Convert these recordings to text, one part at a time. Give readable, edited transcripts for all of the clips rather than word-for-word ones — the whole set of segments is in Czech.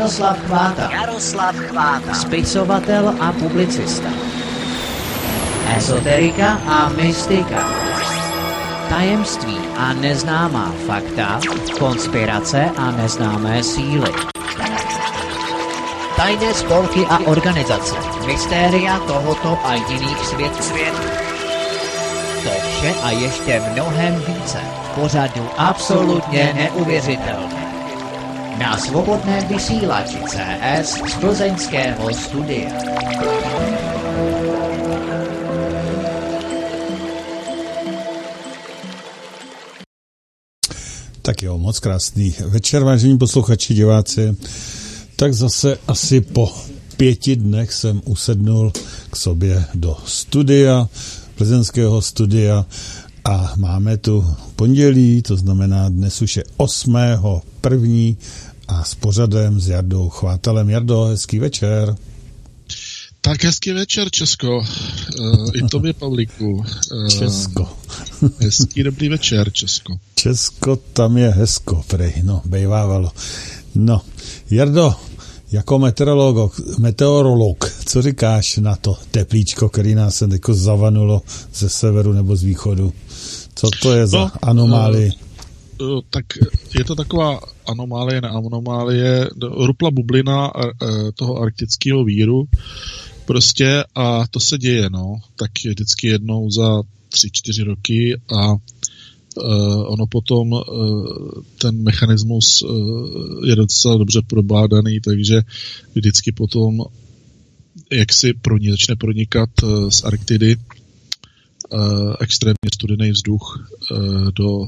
Jaroslav Chváta. Spisovatel a publicista. Ezoterika a mystika. Tajemství a neznámá fakta, konspirace a neznámé síly. Tajné spolky a organizace, mystéria tohoto a jiných světů. To vše a ještě mnohem více v pořadu absolutně neuvěřitelné. Na svobodném vysílači CS z plzeňského studia. Tak jo, moc krásný večer, vážení posluchači, diváci. Tak zase asi po 5 dnech jsem usednul k sobě do studia, plzeňského studia, a máme tu pondělí, to znamená dnes už je 8.1. a s pořadem s Jardou Chvátalem. Jardo, hezký večer. Tak hezký večer, Česko. I tobě, Pavlíku. Česko. Hezký dobrý večer, Česko. Česko, tam je hezko, prej, no, bejvávalo. No, Jardo, jako meteorolog, co říkáš na to teplíčko, který nás se jako zavanulo ze severu nebo z východu? Co to je za anomálii? Tak je to taková anomálie, rupla bublina toho arktického víru prostě, a to se děje, no, tak vždycky jednou za 3-4 roky a ono potom ten mechanismus je docela dobře probádaný, takže vždycky potom jak si začne pronikat z Arktidy extrémně studený vzduch do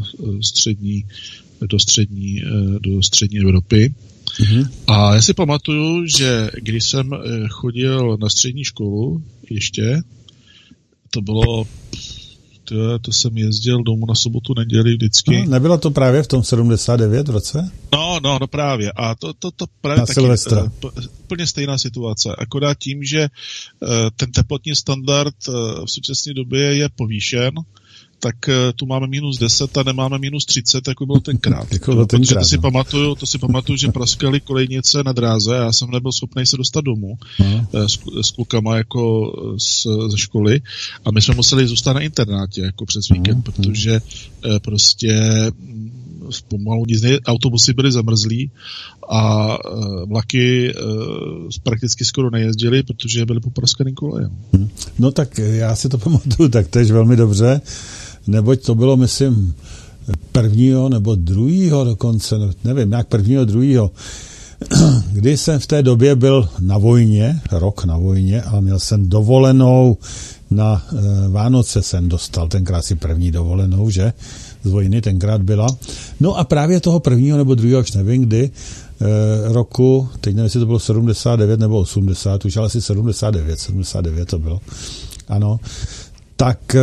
střední Evropy. Mm-hmm. A já si pamatuju, že když jsem chodil na střední školu ještě, to bylo to jsem jezdil domů na sobotu, neděli vždycky. No, nebylo to právě v tom 79 roce? No právě. A to právě na taky Silvestra. Úplně stejná situace. Akorát tím, že ten teplotní standard v současné době je povýšen, tak tu máme -10 a nemáme -30, jako bylo tenkrát. Protože to si pamatuju, že praskaly kolejnice na dráze a já jsem nebyl schopný se dostat domů s klukama jako ze školy a my jsme museli zůstat na internátě jako přes víkend, protože prostě pomalu autobusy byly zamrzlí a vlaky prakticky skoro nejezdily, protože byly popraskaný koleje. No tak já si to pamatuju taktéž velmi dobře, neboť to bylo, myslím, 1. nebo 2. dokonce, nevím, jak 1. 2. Kdy jsem v té době byl na vojně, rok na vojně, a měl jsem dovolenou na Vánoce, jsem dostal tenkrát si první dovolenou, že? Z vojny tenkrát byla. No a právě toho 1. nebo 2. už nevím kdy, roku, teď nevím, jestli to bylo 79 nebo 80, už ale asi 79 to bylo. Ano. Tak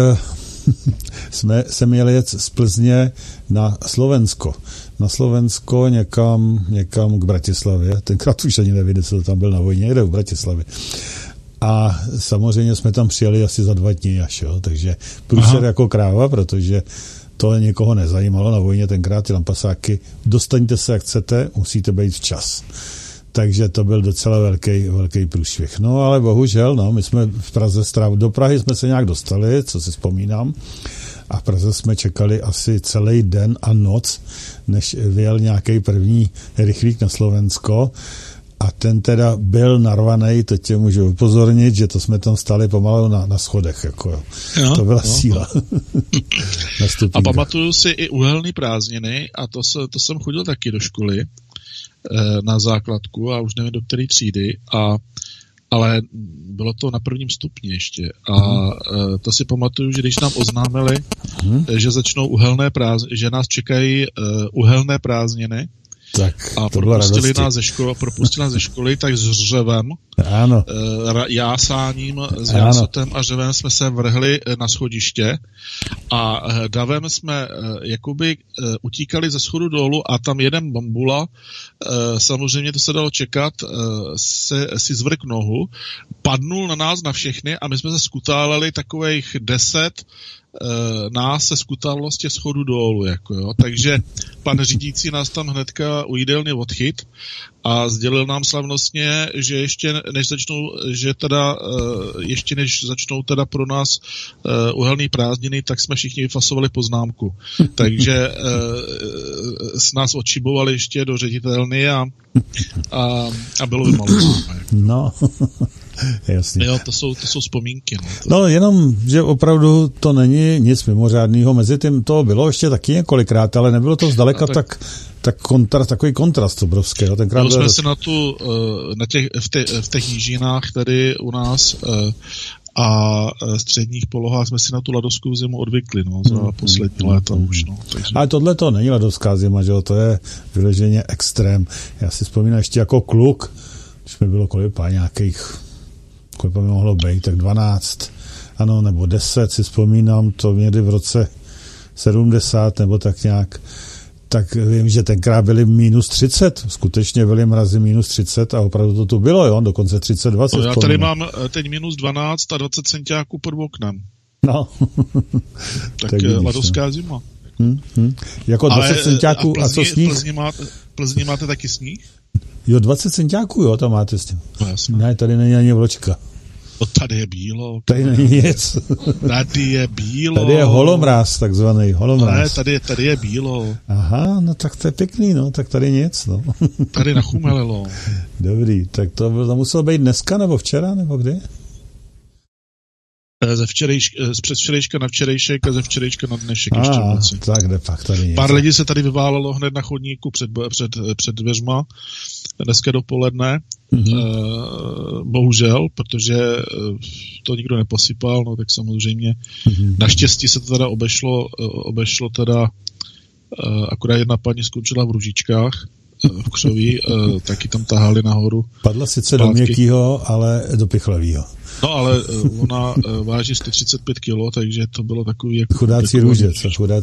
jsme měli jet z Plzně na Slovensko. Na Slovensko někam k Bratislavě. Tenkrát už ani nevím, jestli to tam byl na vojně, někde v Bratislavě. A samozřejmě jsme tam přijeli asi za 2 dny až, jo. Takže průser jako kráva, protože to někoho nezajímalo na vojně tenkrát, ty lampasáky. Dostaňte se, jak chcete, musíte být včas. Takže to byl docela velký průšvih. No ale bohužel, no, my jsme v Praze do Prahy jsme se nějak dostali, co si vzpomínám, a v Praze jsme čekali asi celý den a noc, než vyjel nějaký první rychlík na Slovensko, a ten teda byl narvaný, to tě můžu upozornit, že to jsme tam stáli pomalu na schodech, jako jo. To byla síla. A pamatuju si i uhelný prázdniny, a to jsem chodil taky do školy, na základku, a už nevím do které třídy, ale bylo to na 1. stupni ještě. A to si pamatuju, že když nám oznámili, že začnou že nás čekají uhelné prázdniny, tak a propustili nás ze školy tak s řevem, Ano. Jásáním s jásotem a řevem jsme se vrhli na schodiště a davem jsme jakoby utíkali ze schodu dolů a tam jeden bambula, samozřejmě to se dalo čekat, si zvrk nohu, padnul na nás na všechny a my jsme se skutáleli takových 10 nás se skutalo z těch schodů dolů, jako jo. Takže pan řídící nás tam hnedka u jídelny odchyt a sdělil nám slavnostně, že ještě než začnou teda pro nás uhelný prázdniny, tak jsme všichni vyfasovali poznámku. Takže s nás odšibovali ještě do ředitelny a bylo by malo. No, jasně. Jo, to jsou vzpomínky. No, jenom, že opravdu to není nic mimořádného. Mezi tím to bylo ještě taky několikrát, ale nebylo to zdaleka takový kontrast obrovský. Jo. Tenkrát jsme se v těch nížinách tady u nás a středních polohách jsme si na tu ladovskou zimu odvykli, za poslední léta už, Takže... Ale tohle to není ladovská zima, že jo, to je vyloženě extrém. Já si vzpomínám ještě jako kluk, když mi bylo kolik mi mohlo být, tak 12, ano, nebo 10 si vzpomínám, to někdy v roce 70 nebo tak nějak, tak vím, že tenkrát byly -30, skutečně byly mrazy -30 a opravdu to tu bylo, jo, dokonce 32 si já tady mám teď -12 a 20 centiáků pod oknem. No. tak ladovská zima. Jako 20 centiáků a co sníh? Plzni máte taky sníh? Jo, 20 centiáků, jo, tam máte s tím. No, jasně. Ne, tady není ani vločka. Tady je bílo. Tady není nic. Tady je bílo. Tady je holomráz, takzvaný holomráz. Ne, tady je bílo. Aha, no tak to je pěkný, no, tak tady nic, no. Tady nachumelilo. Dobrý, tak to muselo být dneska, nebo včera, nebo kdy? Z předvčerejška na včerejšek a ze včerejška na dnešek ještě v noci. Tak jde pak tady nic. Pár lidí se tady vyválelo hned na chodníku před dveřma dneska dopoledne. Bohužel, protože to nikdo neposypal, no tak samozřejmě naštěstí se to teda obešlo teda akorát jedna paní skončila v Růžičkách v Křoví, taky tam tahali nahoru. Padla sice do měkkýho, ale do pichlavýho. No ale ona váží 135 kilo, takže to bylo takový... Jako chudáci růže.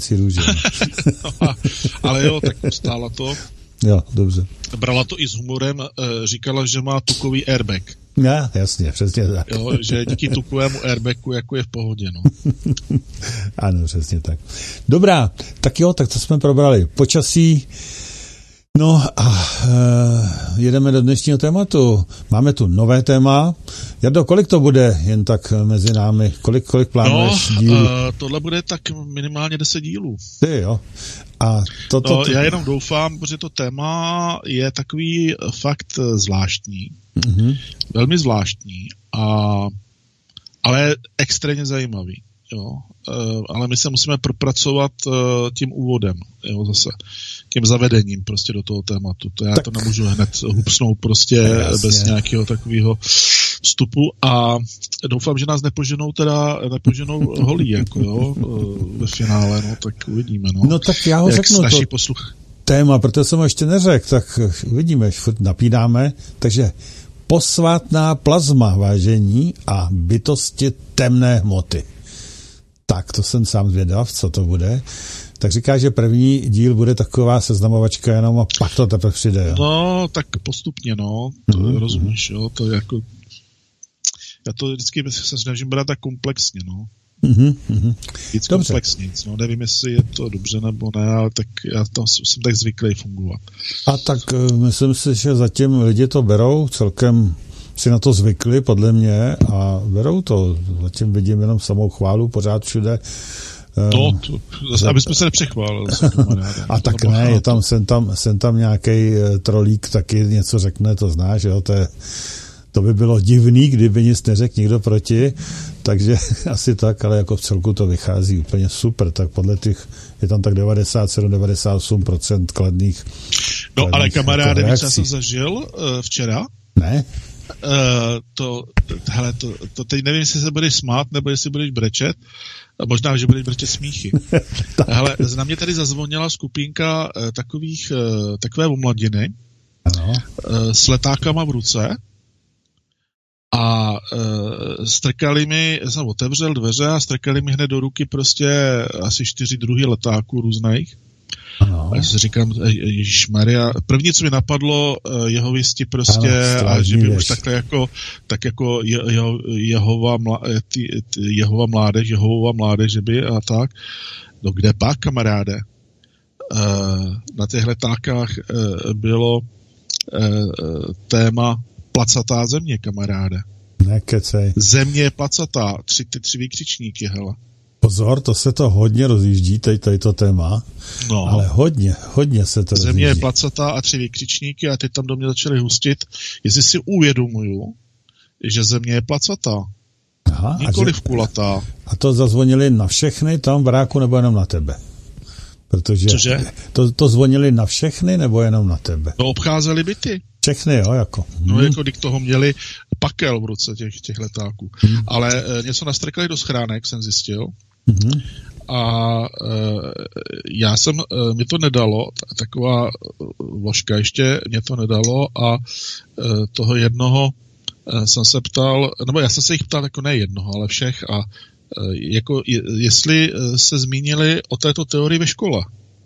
No, ale jo, tak stála to. Jo, dobře. Brala to i s humorem, říkala, že má tukový airbag. Já, jasně, přesně tak. Jo, že díky tukovému airbagu jako je v pohodě, no. Ano, přesně tak. Dobrá, tak jo, tak to jsme probrali. Počasí. No a jedeme do dnešního tématu. Máme tu nové téma. Jardo, kolik to bude jen tak mezi námi? Kolik plánuješ dílů? Tohle bude tak minimálně 10 dílů. Ty jo. A já jenom doufám, protože to téma je takový fakt zvláštní. Velmi zvláštní, ale extrémně zajímavý. Jo. Ale my se musíme propracovat tím úvodem, jo, zase tím zavedením prostě do toho tématu. To já tak to nemůžu hned hupsnout prostě bez nějakého takového vstupu a doufám, že nás nepoženou holí, jako jo, ve finále, no, tak uvidíme, no. No tak já ho řeknu to téma, protože jsem ho ještě neřekl, tak uvidíme, furt napídáme, takže posvátná plazma, vážení, a bytosti temné hmoty. Tak, to jsem sám zvědav, co to bude. Tak říká, že první díl bude taková seznamovačka jenom a pak to teprve přijde, jo? No, tak postupně, no. To rozumíš, jo? To je jako... Já to vždycky se snažím brát tak komplexně, no. Víc komplexně, no. Nevím, jestli je to dobře nebo ne, ale tak já tam jsem tak zvyklý fungovat. A tak myslím si, že zatím lidi to berou celkem si na to zvykli, podle mě, a berou to. Zatím vidím jenom samou chválu pořád všude. No, aby jsme se nepřechválili. A tak ne, je tam, jsem tam nějaký trolík, taky něco řekne, to znáš, jo, to by bylo divný, kdyby nic neřekl nikdo proti, takže asi tak, ale jako v celku to vychází úplně super, tak podle těch je tam tak 97-98% kladných. No, ale kamaráde, víš, já jsem zažil včera. Ne? To teď nevím, jestli se budeš smát, nebo jestli budeš brečet, možná, že budeš brečet smíchy. Hele, na mě tady zazvonila skupinka takové omladiny s letákama v ruce A strkali mi, jsem otevřel dveře a strkali mi hned do ruky prostě asi 4 druhy letáků různých. Ano. A já si říkám, ježišmarja, první, co mi napadlo, jehovisti prostě, ano, a že by už takhle jako Jehova mládež, že by a tak. No kde pak, kamaráde? Na těch letákách bylo téma placatá země, kamaráde. Nekecej. Země je placatá, tři výkřičníky, hele. Pozor, to se to hodně rozjíždí, tady to téma, no. Ale hodně se to Země rozjíždí. je placatá a 3 výkřičníky a teď tam do mě začaly hustit, jestli si uvědomuju, že země je placatá. Aha, nikoliv kulatá. A to zazvonili na všechny tam v baráku nebo jenom na tebe? Protože cože? To zvonili na všechny nebo jenom na tebe? To obcházeli byty. Všechny, jo, jako. No, jako když toho měli pakel v ruce těch letáků. Ale něco nastrkali do schránek, jsem zjistil. A mi to nedalo, taková vložka ještě mě to nedalo a toho jednoho jsem se ptal, nebo já jsem se jich ptal jako ne jednoho, ale všech a jako jestli se zmínili o této teorii ve škole.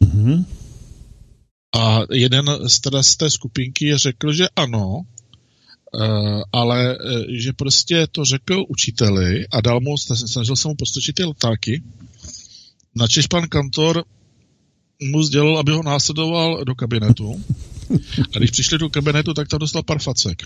A jeden z té skupinky řekl, že ano, ale že prostě to řekl učiteli a dal mu, snažil se mu postrčit ty letáky. Načež pan kantor mu sdělil, aby ho následoval do kabinetu. A když přišli do kabinetu, tak tam dostal pár facek.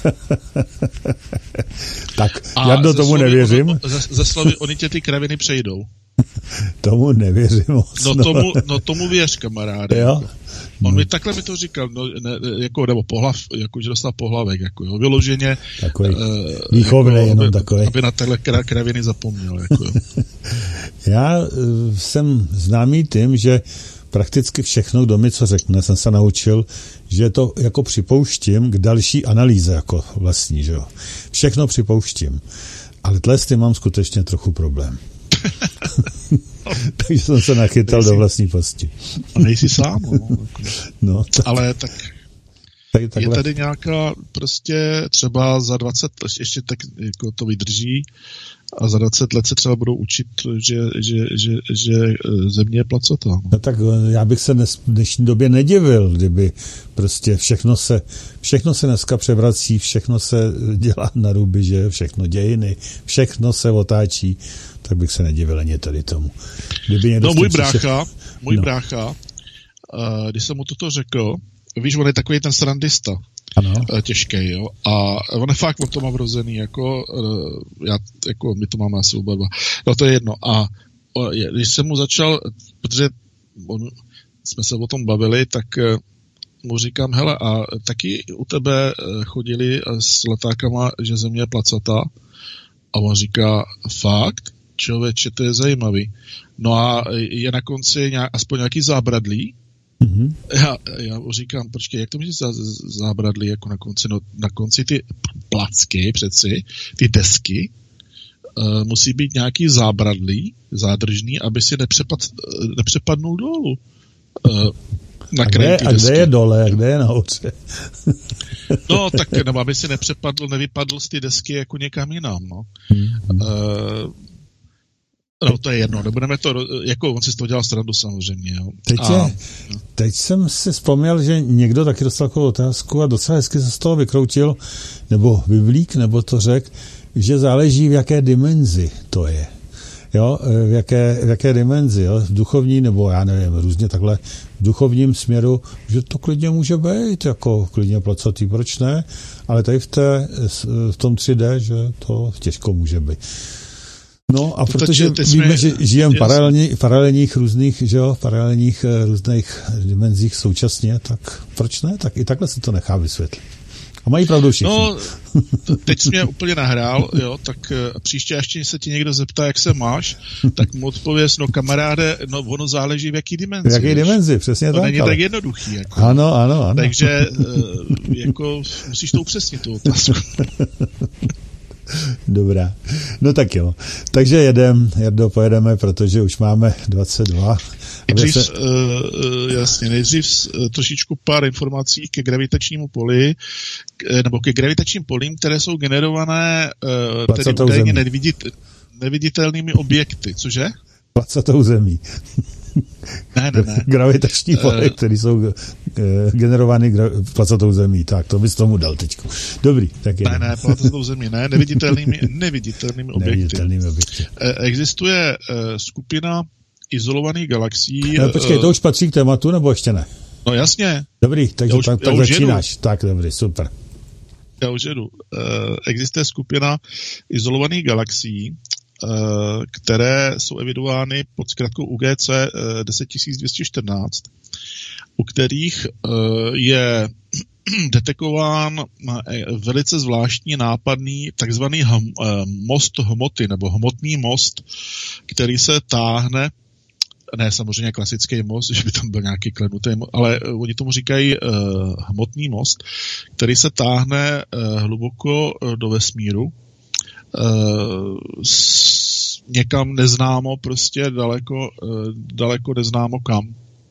Tak, já do tomu nevěřím. Ze slovy, oni tě ty kraviny přejdou. Tomu nevěřím moc. Tomu věř, kamaráde. Jo? On mi takhle mi to říkal, nebo že dostal pohlavek, jako jo, vyloženě. Takový výchovný, jenom takový. Aby na téhle kraviny zapomněl, jako jo. Já jsem známý tím, že prakticky všechno, kdo mi co řekne, jsem se naučil, že to jako připouštím k další analýze jako vlastní, že jo. Všechno připouštím. Ale dnes s tím mám skutečně trochu problém. Takže jsem se nachytal do vlastní pasti. A nejsi sám, no. Ale tak je tady nějaká prostě třeba za 20 let ještě tak jako to vydrží a za 20 let se třeba budou učit, že země je placatá. No tak já bych se v dnešní době nedivil, kdyby prostě všechno se dneska převrací, všechno se dělá na ruby, že všechno dějiny, všechno se otáčí, tak bych se nedivil ani tady tomu. No můj brácha, když jsem mu toto řekl, víš, on je takový ten srandista. Ano. Těžký, jo. A on to má vrozený, my to máme asi oba dva. No to je jedno. A když jsem mu začal, protože jsme se o tom bavili, tak mu říkám, hele, a taky u tebe chodili s letákama, že země je placatá? A on říká, fakt? Člověče, to je zajímavý. No a je na konci aspoň nějaký zábradlí? Mm-hmm. Já říkám, počkej, jak to myslíš zábradlí jako na konci? No, na konci ty placky přeci, ty desky, musí být nějaký zábradlí, zádržný, aby si nepřepadnul dolů. A kde je dole, a kde je nahoře? No, tak nebo aby si nevypadl z ty desky jako někam jinam, no. No, to je jedno, nebudeme to, jako on si z toho dělal srandu samozřejmě, jo. Teď jsem si vzpomněl, že někdo taky dostal takovou otázku a docela hezky se z toho vykroutil, nebo vyvlík, nebo to řekl, že záleží v jaké dimenzi to je. Jo, v jaké dimenzi, jo, v duchovní, nebo já nevím, různě takhle v duchovním směru, že to klidně může být, jako klidně placatý, proč ne, ale tady v tom 3D, že to těžko může být. No a protože víme, že žijeme paralelních různých dimenzích současně, tak proč ne? Tak i takhle se to nechá vysvětlit. A mají pravdu všichni. No, teď jsi mě úplně nahrál, jo, tak příště, ještě se ti někdo zeptá, jak se máš, tak mu odpověz, no kamaráde, no ono záleží v jaký dimenzi. V jaké dimenzi, přesně to tak. To není tak jednoduchý. Jako. Ano. Takže jako musíš to upřesnit, tu otázku. Dobrá. No tak jo. Takže Jardo, pojedeme, protože už máme 22 Nejdřív trošičku pár informací ke gravitačnímu poli, nebo ke gravitačním polím, které jsou generované tedy údajně neviditelnými objekty. Cože? Placatou zemí. Ne. Gravitační pole, které jsou generovány placatou zemí. Tak, to bys tomu dal teďku. Dobrý, tak je. Ne, placatou zemí, ne, neviditelnými objekty. Existuje skupina izolovaných galaxií. Počkej, to už patří k tématu, nebo ještě ne? No jasně. Dobrý, takže tak začínáš. Jedu. Tak, dobrý, super. Já už jedu. Existuje skupina izolovaných galaxií, které jsou evidovány pod zkratkou UGC 10214, u kterých je detekován velice zvláštní nápadný takzvaný most hmoty, nebo hmotný most, který se táhne, ne samozřejmě klasický most, že by tam byl nějaký klenutý, ale oni tomu říkají hmotný most, který se táhne hluboko do vesmíru, někam neznámo, prostě daleko neznámo kam.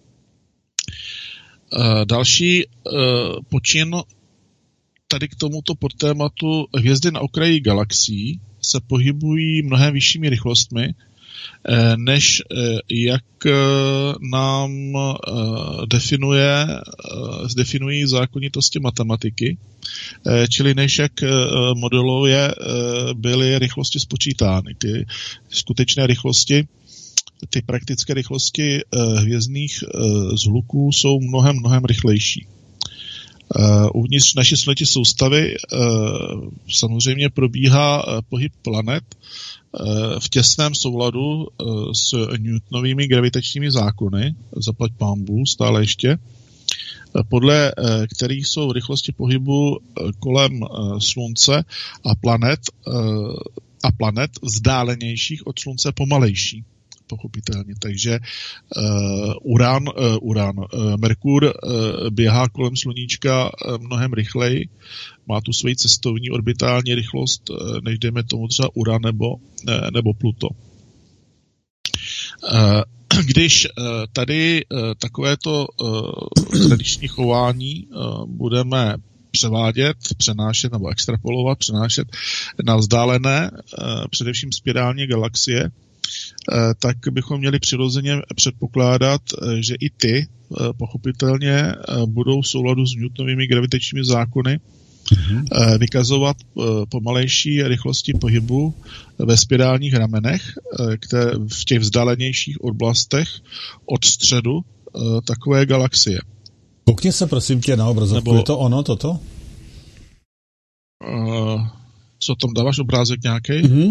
Další počin tady k tomuto podtématu hvězdy na okraji galaxií se pohybují mnohem vyššími rychlostmi, než jak nám zdefinují zákonitosti matematiky, čili než jak modelově byly rychlosti spočítány. Ty skutečné rychlosti, ty praktické rychlosti hvězdných zhluků jsou mnohem rychlejší. Uvnitř naší sluneční soustavy samozřejmě probíhá pohyb planet v těsném souladu s Newtonovými gravitačními zákony, zaplať pánbůh stále ještě, podle kterých jsou rychlosti pohybu kolem Slunce a planet vzdálenějších od Slunce pomalejší, pochopitelně. Takže Merkur běhá kolem sluníčka mnohem rychleji, má tu svoji cestovní orbitální rychlost, než dejme tomu třeba Uran nebo Pluto. Když tady takovéto tradiční chování budeme přenášet na vzdálené, především spirální galaxie, tak bychom měli přirozeně předpokládat, že i ty pochopitelně budou v souladu s Newtonovými gravitačními zákony vykazovat pomalejší rychlosti pohybu ve spirálních ramenech, které v těch vzdálenějších oblastech od středu takové galaxie. Koukni se prosím tě na obrazovku, je to ono, toto? Co tam dáváš, obrázek nějaký?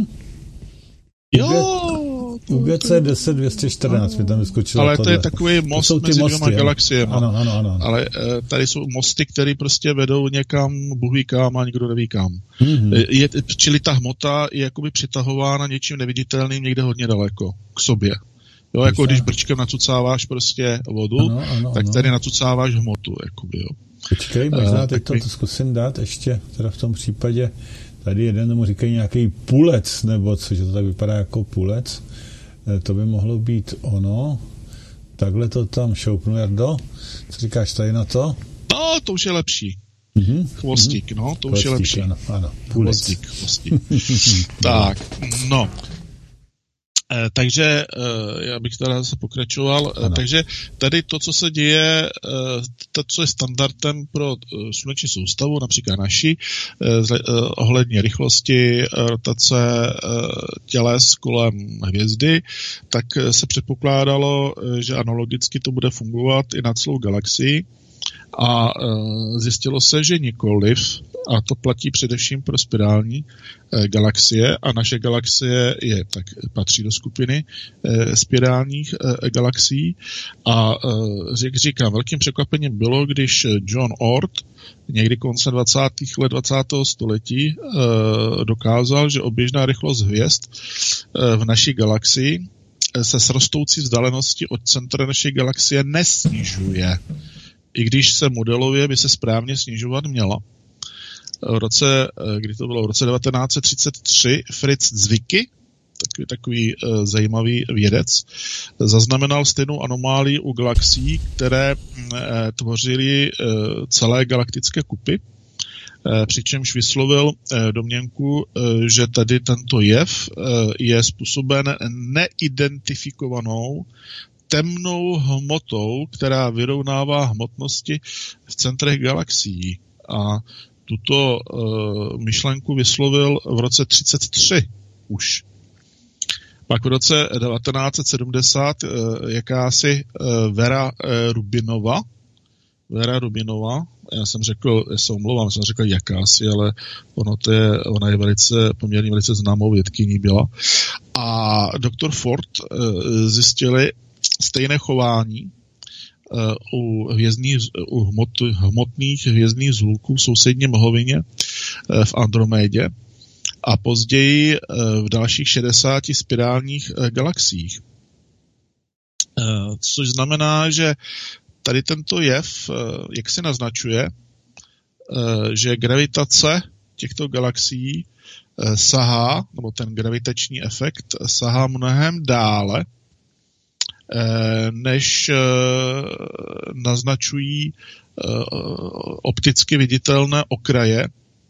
Jo! UGC 10214 mi tam vyskočilo. Ale to je takový most mezi dvěma galaxiemi. Ano. Ale tady jsou mosty, které prostě vedou někam, Bůh ví kam a nikdo neví kam. Čili ta hmota je jakoby přitahována něčím neviditelným někde hodně daleko k sobě. Jo, jako když brčkem nacucáváš prostě vodu, tak tady nacucáváš hmotu. Jakoby, jo. Počkej, možná teď to zkusím dát ještě, teda v tom případě, tady jeden tomu říkají nějaký půlec, nebo co, že to tak vypadá jako půlec. To by mohlo být ono. Takhle to tam šoupnu, Jardo. Co říkáš tady na to? No, to už je lepší. Chvostík, no, to už je lepší. Ano, půlec. Chvostík. Tak, no. Takže já bych teda zase pokračoval. Takže tady to, co se děje, to, co je standardem pro sluneční soustavu, například naši, ohledně rychlosti, rotace těles kolem hvězdy, tak se předpokládalo, že analogicky to bude fungovat i na celou galaxii. A zjistilo se, že nikoliv, a to platí především pro spirální galaxie, a naše galaxie patří do skupiny spirálních galaxií. A jak říkám, velkým překvapením bylo, když John Oort někdy konce 20. let 20. století dokázal, že oběžná rychlost hvězd v naší galaxii se s rostoucí vzdáleností od centra naší galaxie nesnižuje. I když se modelově by se správně snižovat měla. V roce 1933 Fritz Zwicky takový zajímavý vědec, zaznamenal stejnou anomálii u galaxií, které tvořily celé galaktické kupy, přičemž vyslovil domněnku, že tady tento jev je způsoben neidentifikovanou temnou hmotou, která vyrovnává hmotnosti v centrech galaxií. A tuto myšlenku vyslovil v roce 1933 už. Pak v roce 1970 jakási Vera Rubinova, já jsem řekl jakási, ale ona je poměrně velice známou vědkyní byla. A doktor Ford zjistili stejné chování u hmotných hvězdných zhluků v sousední mlhovině v Andromédě a později v dalších 60 spirálních galaxiích. Což znamená, že tady tento jev, jak se naznačuje, že gravitace těchto galaxií sahá, nebo ten gravitační efekt sahá mnohem dále, než naznačují opticky viditelné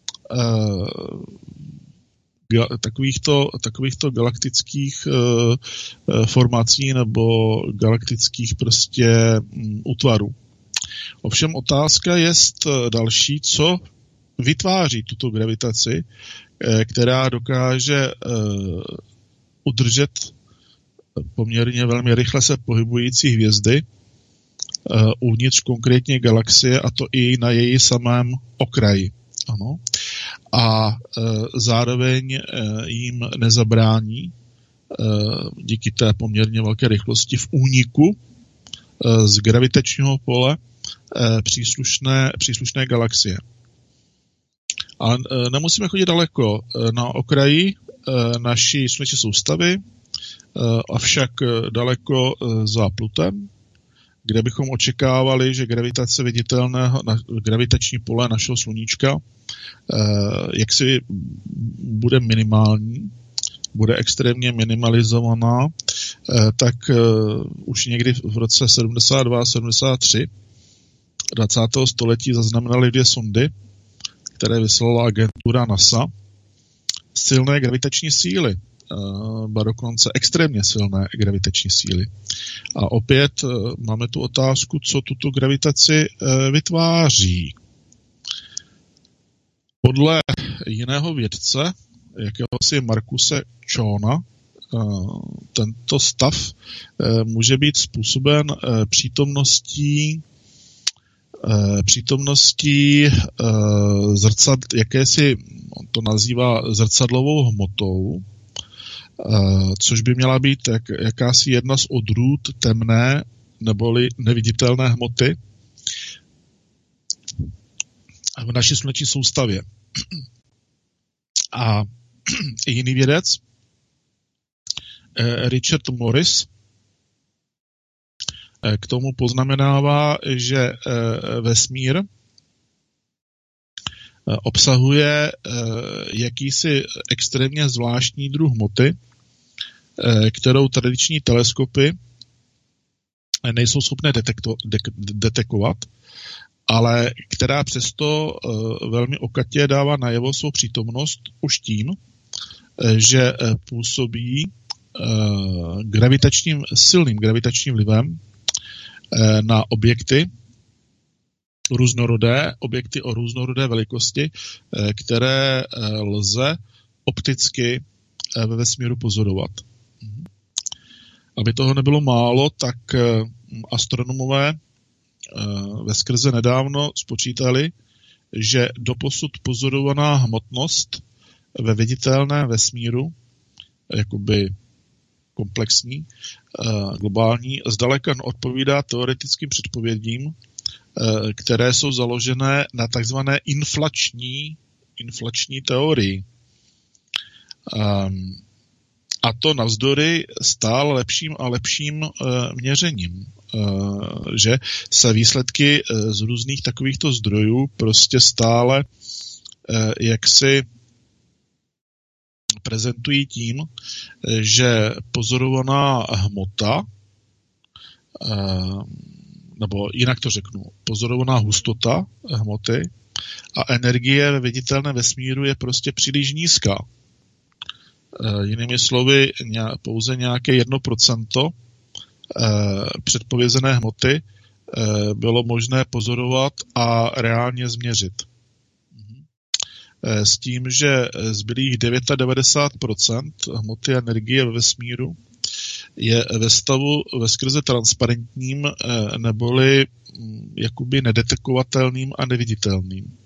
okraje takovýchto galaktických formací nebo galaktických prostě útvarů. Ovšem otázka je další, co vytváří tuto gravitaci, která dokáže udržet poměrně velmi rychle se pohybující hvězdy uvnitř konkrétně galaxie, a to i na její samém okraji. Ano. A zároveň jim nezabrání díky té poměrně velké rychlosti v úniku z gravitačního pole příslušné galaxie. A nemusíme chodit daleko. Na okraji naší sluneční soustavy, avšak daleko za Plutem, kde bychom očekávali, že gravitační pole našeho sluníčka jaksi bude minimální, bude extrémně minimalizovaná, tak už někdy v roce 72-73 20. století zaznamenali 2 sondy, které vyslala agentura NASA, silné gravitační síly, ba dokonce extrémně silné gravitační síly. A opět máme tu otázku, co tuto gravitaci vytváří. Podle jiného vědce, jakéhosi Markuse Chona, tento stav může být způsoben přítomností jakési, on to nazývá zrcadlovou hmotou, což by měla být jakási jedna z odrůd temné neboli neviditelné hmoty v naší sluneční soustavě. A jiný vědec, Richard Morris, k tomu poznamenává, že vesmír obsahuje jakýsi extrémně zvláštní druh hmoty, kterou tradiční teleskopy nejsou schopné detekovat, ale která přesto velmi okatě dává najevo svou přítomnost už tím, že působí silným gravitačním vlivem na objekty o různorodé velikosti, které lze opticky ve vesmíru pozorovat. Aby toho nebylo málo, tak astronomové veskrze nedávno spočítali, že doposud pozorovaná hmotnost ve viditelném vesmíru, jakoby komplexní, globální, zdaleka odpovídá teoretickým předpovědím, které jsou založené na takzvané inflační teorii. A to navzdory stále lepším a lepším měřením. Že se výsledky z různých takovýchto zdrojů prostě stále jaksi prezentují tím, že pozorovaná hmota, nebo jinak to řeknu, pozorovaná hustota hmoty a energie ve viditelném vesmíru je prostě příliš nízká. Jinými slovy, pouze nějaké 1% předpovězené hmoty bylo možné pozorovat a reálně změřit. S tím, že zbylých 99% hmoty a energie ve vesmíru je ve stavu veskrze transparentním neboli jakoby nedetekovatelným a neviditelným.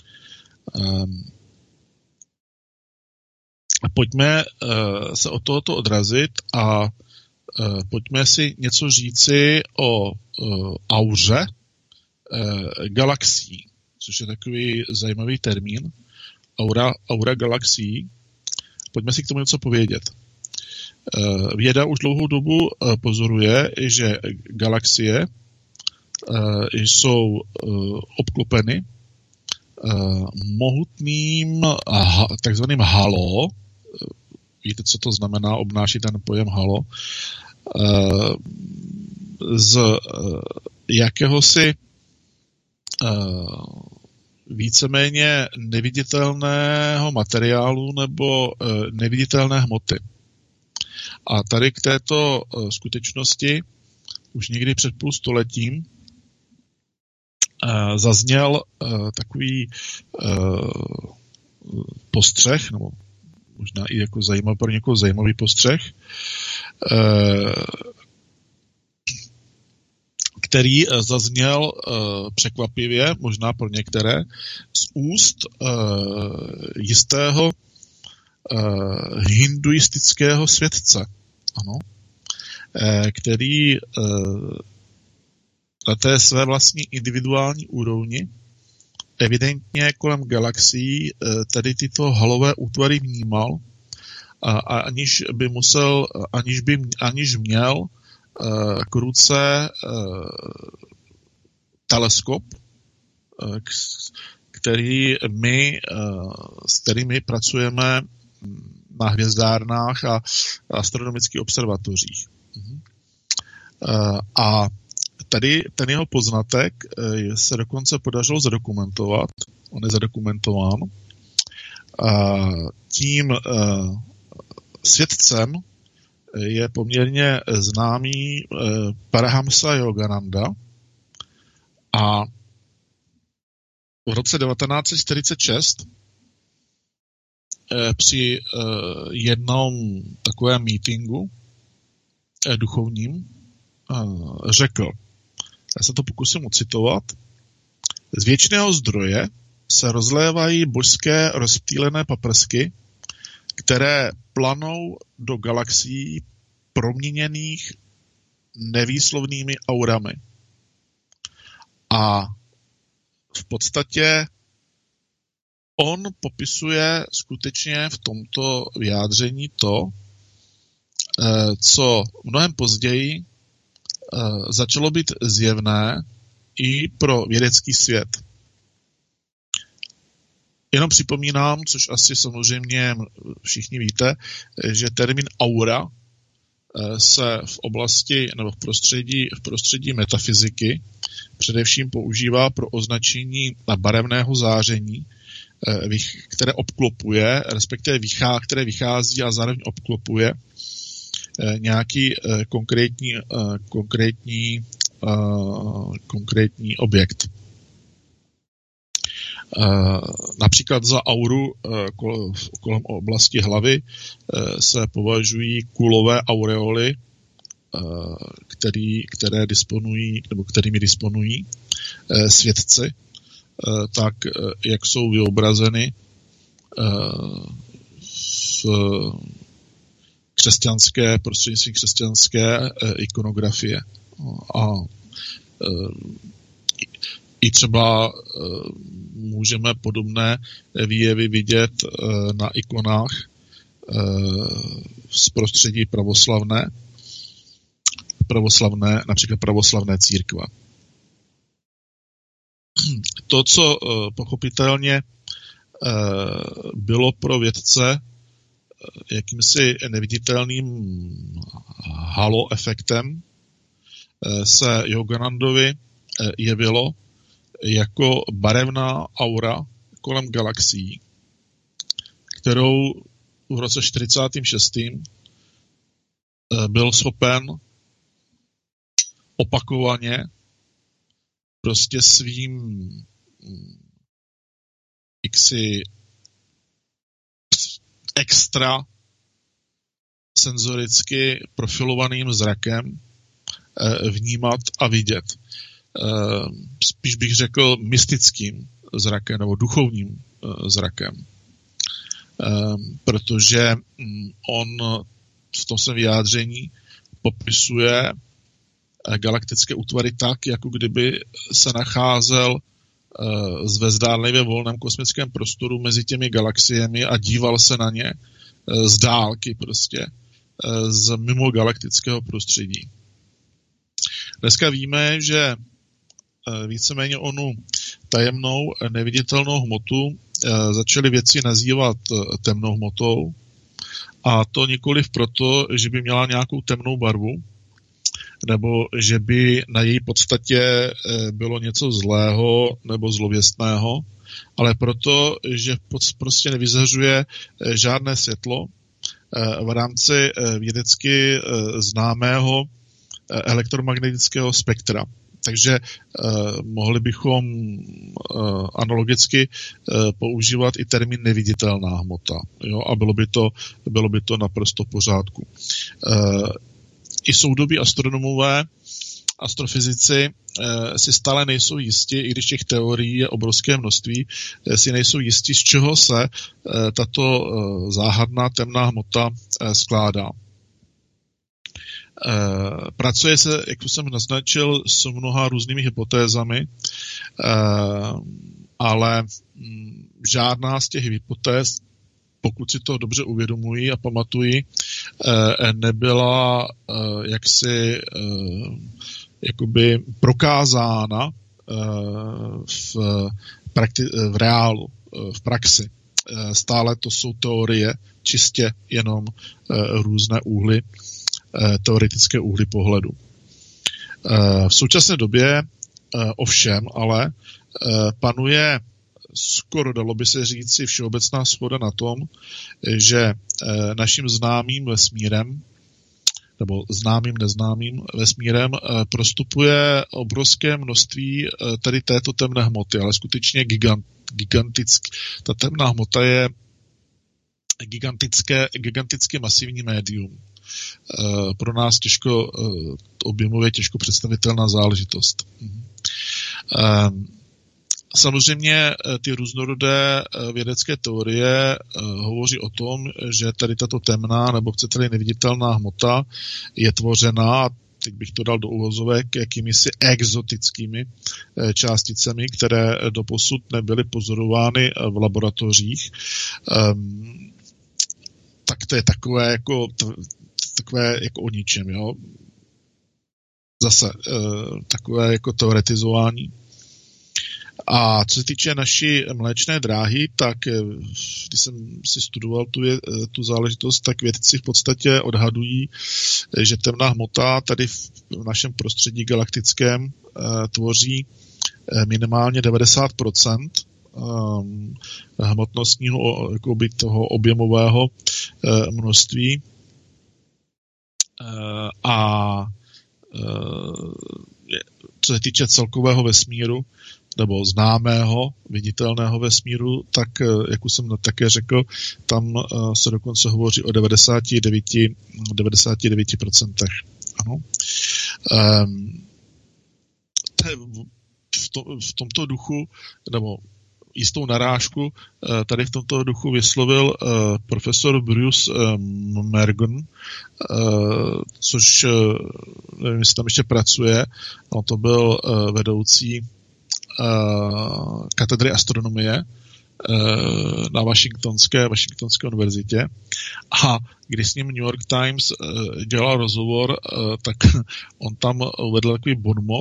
Pojďme se od tohoto odrazit a pojďme si něco říci o auře galaxií, což je takový zajímavý termín. Aura galaxií. Pojďme si k tomu něco povědět. Věda už dlouhou dobu pozoruje, že galaxie jsou obklopeny mohutným takzvaným halo. Víte, co to znamená, obnáší ten pojem halo? Z jakéhosi víceméně neviditelného materiálu nebo neviditelné hmoty. A tady k této skutečnosti už někdy před půl stoletím zazněl takový postřeh, nebo možná i jako pro někoho zajímavý postřeh, který zazněl překvapivě, možná pro některé, z úst jistého hinduistického světce, ano, který na té své vlastní individuální úrovni evidentně kolem galaxií tady tyto halové útvary vnímal, aniž měl k ruce teleskop, s kterými pracujeme na hvězdárnách a astronomických observatořích. A tady ten jeho poznatek se dokonce podařilo zadokumentovat. On je zadokumentován. Tím svědcem je poměrně známý Parahamsa Yogananda a v roce 1946 při jednom takovém meetingu duchovním řekl, já se to pokusím ocitovat, z věčného zdroje se rozlévají božské rozptýlené paprsky, které planou do galaxií proměněných nevýslovnými aurami. A v podstatě on popisuje skutečně v tomto vyjádření to, co mnohem později začalo být zjevné i pro vědecký svět. Jenom připomínám, což asi samozřejmě všichni víte, že termín aura se v oblasti nebo v prostředí metafyziky především používá pro označení barevného záření, které obklopuje, respektive které vychází a zároveň obklopuje nějaký konkrétní objekt. Například za auru kolem oblasti hlavy se považují kulové aureoly, kterými disponují svědci, tak jak jsou vyobrazeny v prostřednictvím křesťanské ikonografie. A i třeba můžeme podobné výjevy vidět na ikonách z prostředí například pravoslavné církve. To, co pochopitelně bylo pro vědce jakýmsi neviditelným halo efektem se Yoganandovi jevilo jako barevná aura kolem galaxií, kterou v roce 46. byl schopen opakovaně prostě svým extra senzoricky profilovaným zrakem vnímat a vidět. Spíš bych řekl mystickým zrakem nebo duchovním zrakem. Protože on v tom svém vyjádření popisuje galaktické útvary tak, jako kdyby se nacházel ve zdánlivě volném kosmickém prostoru mezi těmi galaxiemi a díval se na ně z dálky prostě, z mimo galaktického prostředí. Dneska víme, že víceméně onu tajemnou neviditelnou hmotu začaly věci nazývat temnou hmotou, a to nikoliv proto, že by měla nějakou temnou barvu, nebo že by na její podstatě bylo něco zlého nebo zlověstného, ale proto, že prostě nevyzařuje žádné světlo v rámci vědecky známého elektromagnetického spektra. Takže mohli bychom analogicky používat i termín neviditelná hmota. Jo? A bylo by to naprosto v pořádku. I soudobí astronomové, astrofyzici si stále nejsou jisti, i když těch teorií je obrovské množství, si nejsou jisti, z čeho se tato záhadná temná hmota skládá. Pracuje se, jak jsem naznačil, s mnoha různými hypotézami, ale žádná z těch hypotéz, pokud si to dobře uvědomují a pamatují, nebyla jakoby prokázána v reálu, v praxi. Stále to jsou teorie, čistě jenom různé úhly, teoretické úhly pohledu. V současné době ovšem ale panuje skoro, dalo by se říci, všeobecná shoda na tom, že naším známým vesmírem nebo známým, neznámým vesmírem prostupuje obrovské množství tady této temné hmoty, ale skutečně gigantický. Ta temná hmota je giganticky masivní médium. Pro nás objemově těžko představitelná záležitost. Samozřejmě ty různorodé vědecké teorie hovoří o tom, že tady tato temná nebo chcete-li neviditelná hmota je tvořena, teď bych to dal do uvozovek, jakýmisi exotickými částicemi, které doposud nebyly pozorovány v laboratořích. Tak to je takové jako o ničem, jo. Zase takové jako teoretizování. A co se týče naší Mléčné dráhy, tak když jsem si studoval tu záležitost, tak vědci v podstatě odhadují, že temná hmota tady v našem prostředí galaktickém tvoří minimálně 90% hmotnostního jakoby toho objemového množství a co se týče celkového vesmíru nebo známého, viditelného vesmíru, tak, jak už jsem také řekl, tam se dokonce hovoří o 99%. Ano. V tomto duchu, nebo jistou narážku tady v tomto duchu vyslovil profesor Bruce Mergen, což nevím, jestli tam ještě pracuje, on to byl vedoucí katedry astronomie na Washingtonské univerzitě. A když s ním New York Times dělal rozhovor, tak on tam uvedl takový bonmot,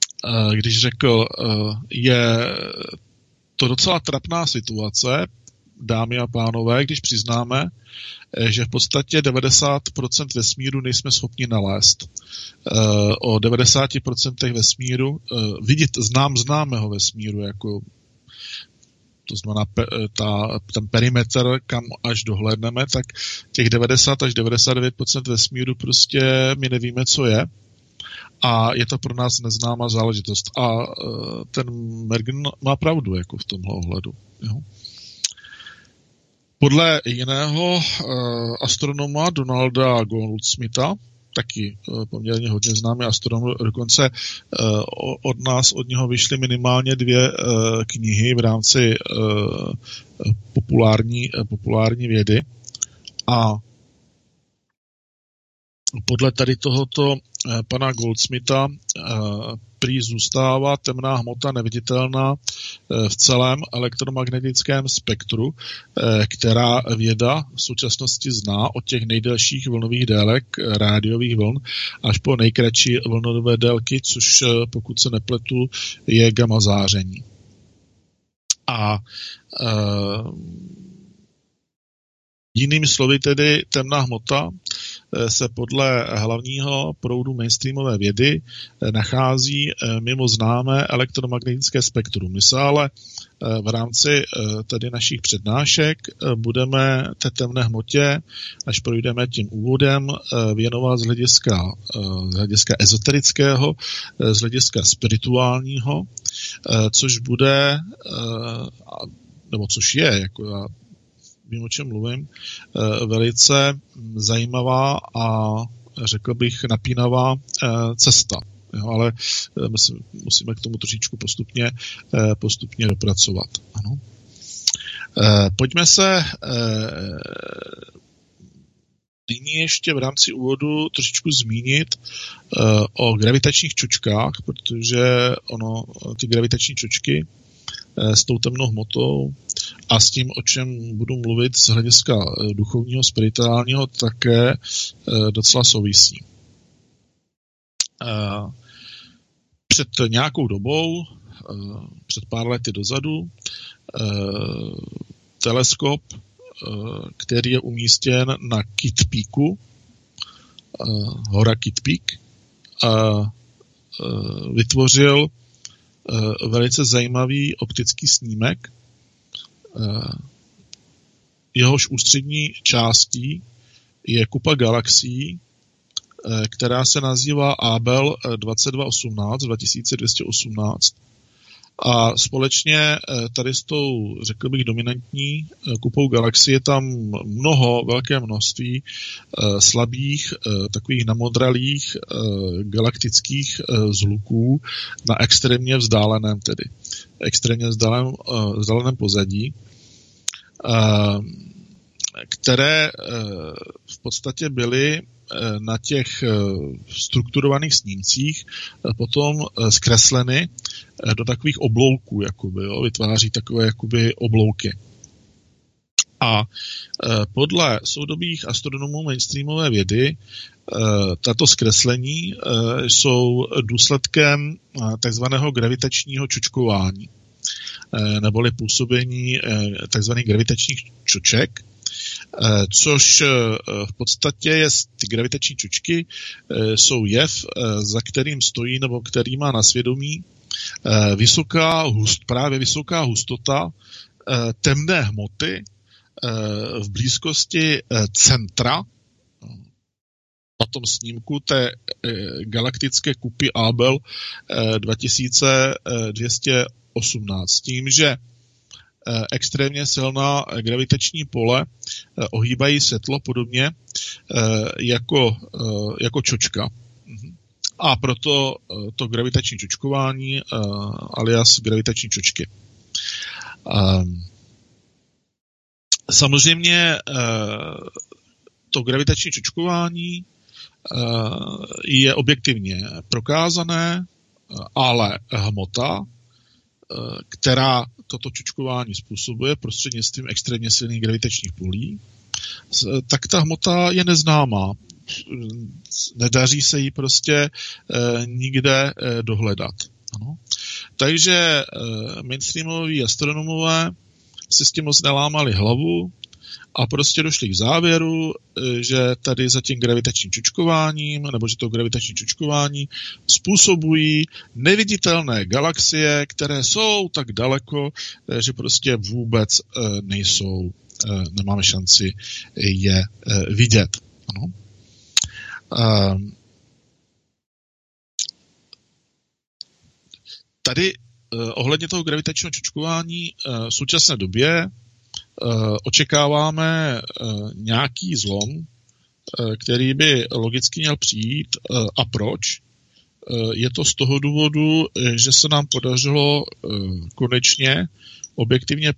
když řekl, je to docela trapná situace, dámy a pánové, když přiznáme, že v podstatě 90% vesmíru nejsme schopni nalézt. O 90% vesmíru, vidět známého vesmíru, jako to znamená ten perimetr, kam až dohlédneme, tak těch 90 až 99% vesmíru prostě my nevíme, co je. A je to pro nás neznámá záležitost. A ten Mergen má pravdu jako v tomhle ohledu. Jo. Podle jiného astronoma Donalda Goldsmitha, taky poměrně hodně známý astronom, dokonce od něho vyšly minimálně 2 knihy v rámci populární vědy. A podle tady tohoto pana Goldsmitha prý zůstává temná hmota neviditelná v celém elektromagnetickém spektru, která věda v současnosti zná od těch nejdelších vlnových délek rádiových vln až po nejkratší vlnové délky, což pokud se nepletu je gamma záření. A jinými slovy tedy temná hmota se podle hlavního proudu mainstreamové vědy nachází mimo známé elektromagnetické spektrum. My se ale v rámci tedy našich přednášek budeme té temné hmotě, až projdeme tím úvodem, věnovat z hlediska ezoterického, z hlediska spirituálního, což bude, nebo což je, jako já vím, o čem mluvím, velice zajímavá a řekl bych napínavá cesta. Jo, ale musíme k tomu trošičku postupně dopracovat. Ano. Pojďme se nyní ještě v rámci úvodu trošičku zmínit o gravitačních čočkách, protože ty gravitační čočky s tou temnou hmotou a s tím, o čem budu mluvit z hlediska duchovního, spirituálního, také docela souvisí. Před nějakou dobou, před pár lety dozadu, teleskop, který je umístěn na Kitt Peaku, hora Kitt Peak, vytvořil velice zajímavý optický snímek. Jehož ústřední částí je kupa galaxií, která se nazývá Abel 2218. A společně tady s tou, řekl bych, dominantní kupou galaxie je tam velké množství slabých, takových namodralých galaktických zhluků na extrémně vzdáleném vzdáleném pozadí, které v podstatě byly na těch strukturovaných snímcích potom zkresleny do takových oblouků, vytváří takové oblouky. A podle soudobých astronomů mainstreamové vědy tato zkreslení jsou důsledkem takzvaného gravitačního čočkování, neboli působení takzvaných gravitačních čoček, což v podstatě ty gravitační čočky jsou jev, za kterým stojí nebo který má na svědomí právě vysoká hustota temné hmoty v blízkosti centra na tom snímku té galaktické kupy Abel 2218. Tím, že extrémně silná gravitační pole ohýbají světlo podobně jako čočka. A proto to gravitační čočkování alias gravitační čočky. Samozřejmě to gravitační čočkování je objektivně prokázané, ale hmota, která toto čočkování způsobuje prostřednictvím extrémně silných gravitačních polí, tak ta hmota je neznámá. Nedaří se jí prostě nikde dohledat. Ano. Takže mainstreamoví astronomové si s tím moc nelámali hlavu a prostě došli k závěru, že tady za tím gravitačním čučkováním, nebo že to gravitační čučkování způsobují neviditelné galaxie, které jsou tak daleko, že prostě vůbec nejsou, nemáme šanci je vidět. Ano. Tady ohledně toho gravitačního čučkování v současné době očekáváme nějaký zlom, který by logicky měl přijít. A proč? Je to z toho důvodu, že se nám podařilo konečně objektivně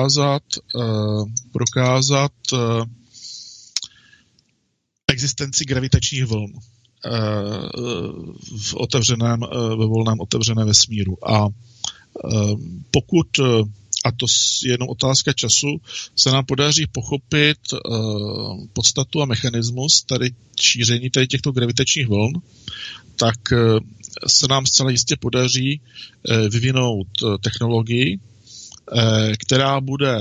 prokázat existenci gravitačních vln ve volném otevřeném vesmíru. A pokud, a to je jenom otázka času, se nám podaří pochopit podstatu a mechanismus tady šíření tady těchto gravitačních vln, tak se nám zcela jistě podaří vyvinout technologii, která bude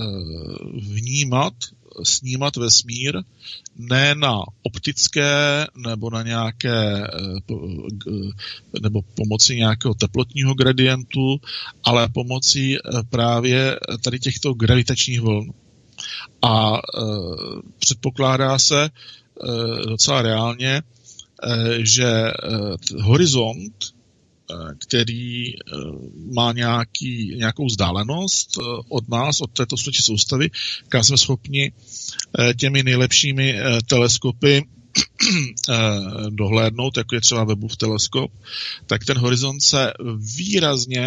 snímat vesmír ne na optické nebo na nějaké nebo pomocí nějakého teplotního gradientu, ale pomocí právě tady těchto gravitačních vln. A předpokládá se docela reálně, že horizont, který má nějakou vzdálenost od nás, od této sluneční soustavy, kam jsme schopni těmi nejlepšími teleskopy dohlédnout, jako je třeba Webův teleskop, tak ten horizont se výrazně,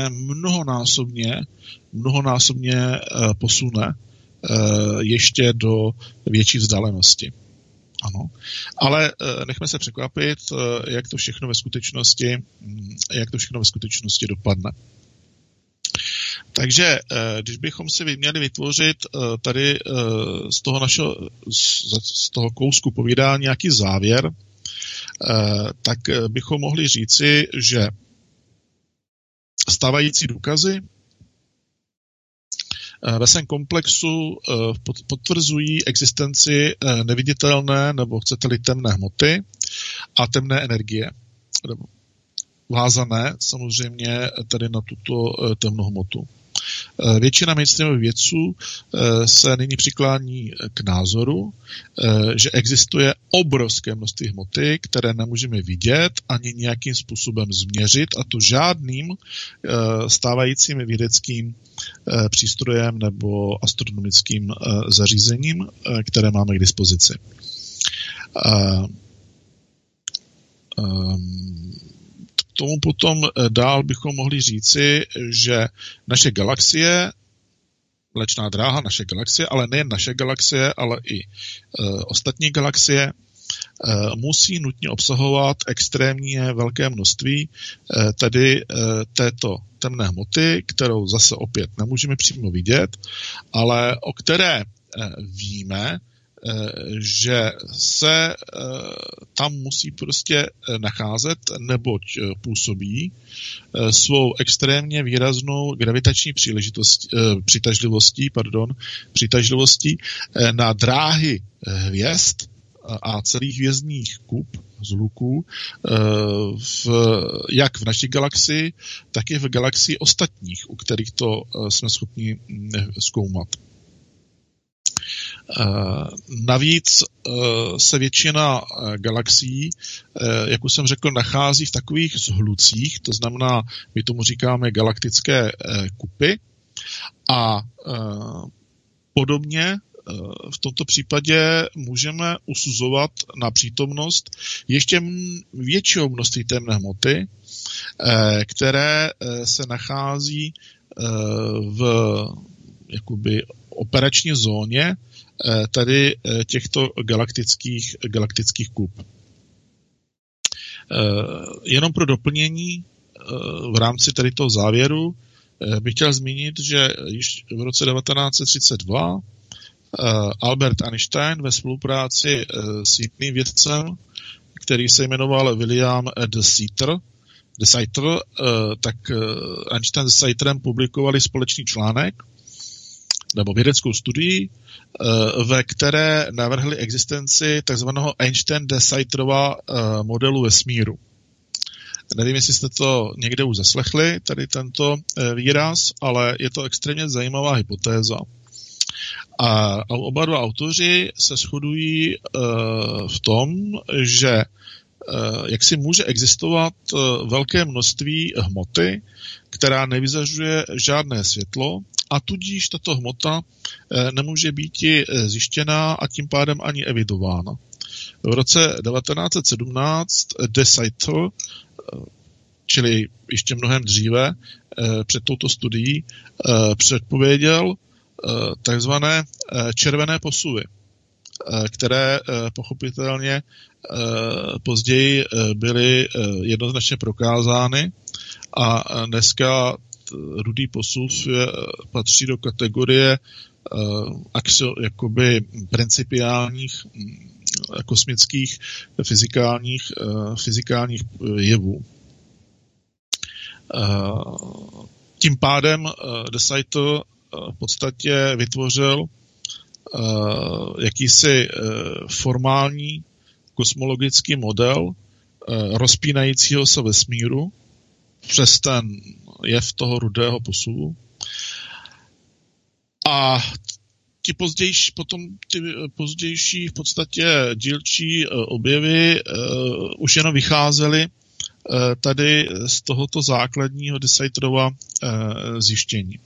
mnohonásobně posune ještě do větší vzdálenosti. Ano. Ale nechme se překvapit, jak to všechno ve skutečnosti dopadne. Takže když bychom si měli vytvořit tady z toho kousku povídání nějaký závěr, tak bychom mohli říci, že stávající důkazy ve svém komplexu potvrzují existenci neviditelné, nebo chcete-li temné hmoty a temné energie. Vázané samozřejmě tady na tuto temnou hmotu. Většina mainstreamových vědců se nyní přiklání k názoru, že existuje obrovské množství hmoty, které nemůžeme vidět ani nějakým způsobem změřit, a to žádným stávajícím vědeckým přístrojem nebo astronomickým zařízením, které máme k dispozici. K tomu potom dál bychom mohli říci, že naše galaxie, Mléčná dráha, naše galaxie, ale nejen naše galaxie, ale i ostatní galaxie, musí nutně obsahovat extrémně velké množství tedy této temné hmoty, kterou zase opět nemůžeme přímo vidět, ale o které víme, že se tam musí prostě nacházet, neboť působí svou extrémně výraznou gravitační přitažlivostí na dráhy hvězd a celých hvězdných kup z luků, jak v naší galaxii, tak i v galaxii ostatních, u kterých to jsme schopni zkoumat. Navíc se většina galaxií, jak už jsem řekl, nachází v takových zhlucích, to znamená, my tomu říkáme galaktické kupy, a podobně v tomto případě můžeme usuzovat na přítomnost ještě většího množství temné hmoty, které se nachází v jakoby operační zóně tady těchto galaktických kup. Jenom pro doplnění v rámci tady toho závěru bych chtěl zmínit, že již v roce 1932 Albert Einstein ve spolupráci s jiným vědcem, který se jmenoval William de Sitter, tak Einstein s Sitterem publikovali společný článek, nebo vědeckou studii, ve které navrhli existenci takzvaného Einstein-de modelu vesmíru. Nevím, jestli jste to někde už zaslechli, tady tento výraz, ale je to extrémně zajímavá hypotéza. A oba dva autoři se shodují v tom, že jak si může existovat velké množství hmoty, která nevyzařuje žádné světlo, a tudíž tato hmota nemůže být zjištěná a tím pádem ani evidována. V roce 1917 de Sitter, čili ještě mnohem dříve před touto studií, předpověděl takzvané červené posuvy, které pochopitelně později byly jednoznačně prokázány a dneska rudý posuv patří do kategorie jakoby principiálních kosmických fyzikálních jevů. Tím pádem de Sitter v podstatě vytvořil jakýsi formální kosmologický model rozpínajícího se vesmíru přes ten jev toho rudého posuvu. A ty pozdější v podstatě dílčí objevy už jenom vycházely tady z tohoto základního de Sitterova zjištění.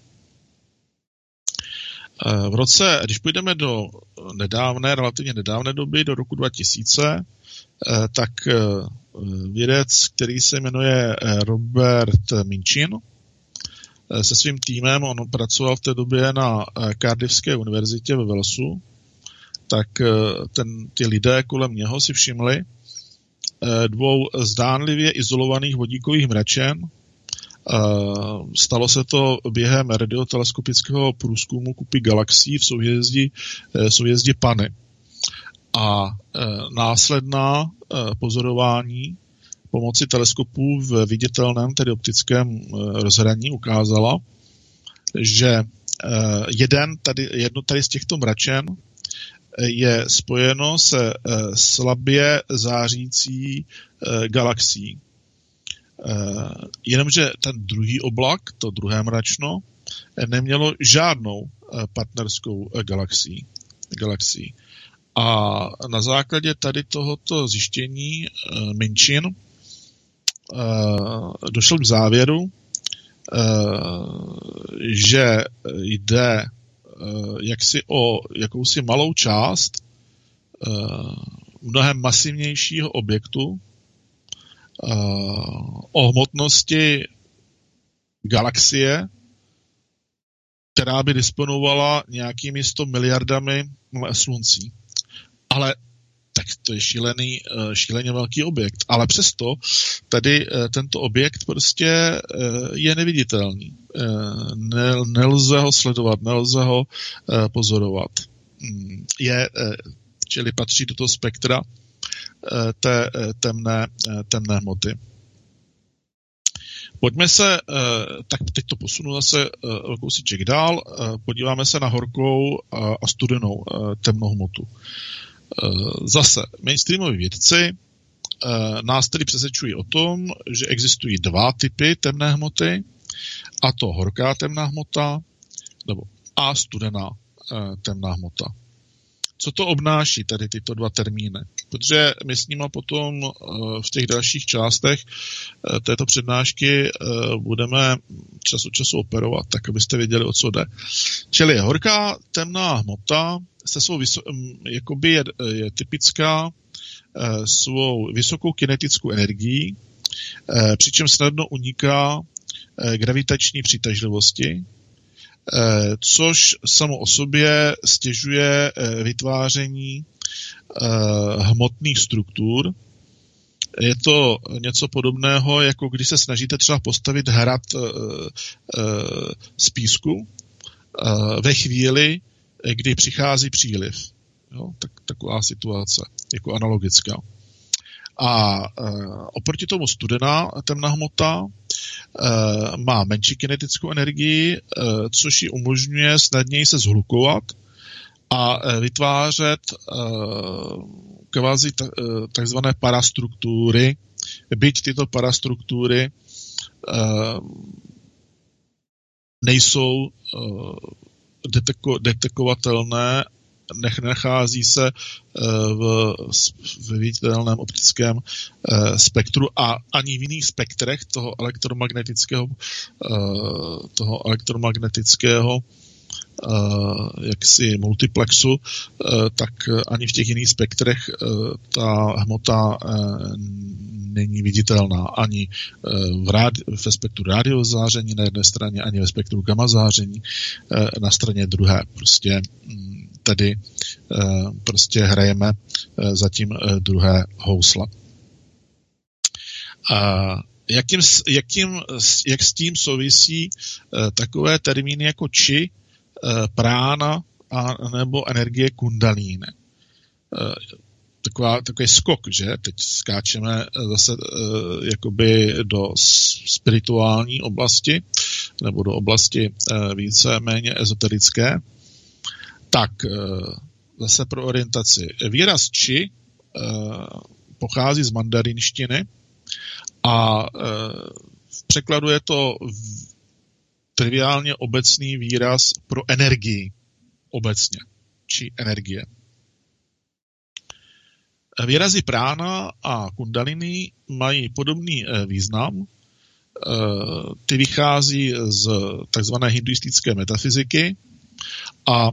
V roce, když půjdeme do relativně nedávné doby, do roku 2000, tak vědec, který se jmenuje Robert Minchin, se svým týmem, on pracoval v té době na Cardiffské univerzitě ve Walesu, tak ty lidé kolem něho si všimli dvou zdánlivě izolovaných vodíkových mračen. Stalo se to během radioteleskopického průzkumu kupy galaxií v souhvězdí Pany. A následná pozorování pomocí teleskopů v viditelném, tedy optickém rozhraní ukázala, že jedno tady z těchto mračen je spojeno se slabě zářící galaxií. Jenomže ten druhý oblak, to druhé mračno, nemělo žádnou partnerskou galaxii. A na základě tady tohoto zjištění Minchin došel k závěru, že jde jaksi o jakousi malou část mnohem masivnějšího objektu o hmotnosti galaxie, která by disponovala nějakými 100 miliardami sluncí. Ale tak to je šíleně velký objekt. Ale přesto tady tento objekt prostě je neviditelný. Nelze ho sledovat, nelze ho pozorovat. Čili patří do toho spektra té temné hmoty. Pojďme se, tak teď to posunu zase o kousíček dál, podíváme se na horkou a studenou temnou hmotu. Zase mainstreamoví vědci nás tedy přesvědčují o tom, že existují dva typy temné hmoty, a to horká temná hmota a studená temná hmota. Co to obnáší tady tyto dva termíny? Protože my s nimi potom v těch dalších částech této přednášky budeme čas od času operovat, tak abyste věděli, o co jde. Čili horká temná hmota se svou je typická svou vysokou kinetickou energií, přičemž snadno uniká gravitační přitažlivosti, což samo o sobě stěžuje vytváření hmotných struktur. Je to něco podobného, jako když se snažíte třeba postavit hrad z písku ve chvíli, kdy přichází příliv. Jo, taková situace, jako analogická. A oproti tomu studená temná hmota má menší kinetickou energii, což ji umožňuje snadněji se zhlukovat a vytvářet kvazi takzvané parastruktury, byť tyto parastruktury nejsou detekovatelné, nachází se v viditelném optickém spektru a ani v jiných spektrech toho elektromagnetického jaksi multiplexu, tak ani v těch jiných spektrech ta hmota není viditelná. Ani ve spektru rádiozáření na jedné straně, ani ve spektru gamma záření na straně druhé. Tedy hrajeme zatím druhé housle. Jak s tím souvisí takové termíny jako či, prána a nebo energie kundalíny. Takový skok, že? Teď skáčeme zase jakoby do spirituální oblasti nebo do oblasti více méně ezoterické. Tak zase pro orientaci. Výraz či pochází z mandarinštiny a v překladu je to triviálně obecný výraz pro energii. Obecně. Či energie. Výrazy prána a kundalini mají podobný význam. Ty vychází z takzvané hinduistické metafyziky a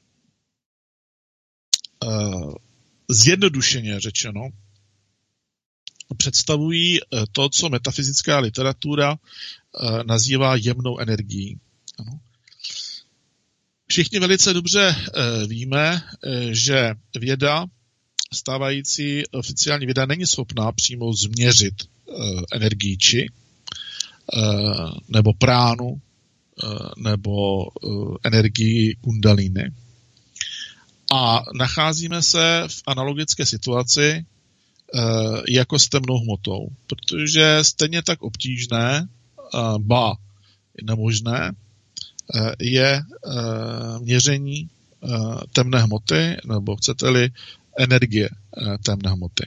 zjednodušeně řečeno představují to, co metafyzická literatura nazývá jemnou energií. Ano. Všichni velice dobře víme, že věda, stávající oficiální věda, není schopná přímo změřit energii či, nebo pránu, nebo energii kundalíny. A nacházíme se v analogické situaci jako s temnou hmotou, protože stejně tak obtížné, ba nemožné, je měření temné hmoty, nebo chcete-li energie temné hmoty.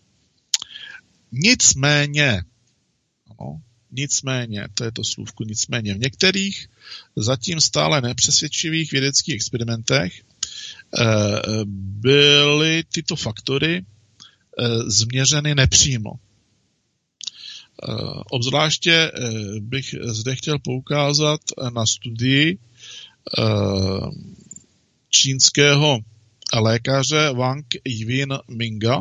Nicméně, to je to slůvko, nicméně v některých zatím stále nepřesvědčivých vědeckých experimentech byly tyto faktory změřeny nepřímo. Obzvláště bych zde chtěl poukázat na studii čínského lékaře Wang Yivin Minga.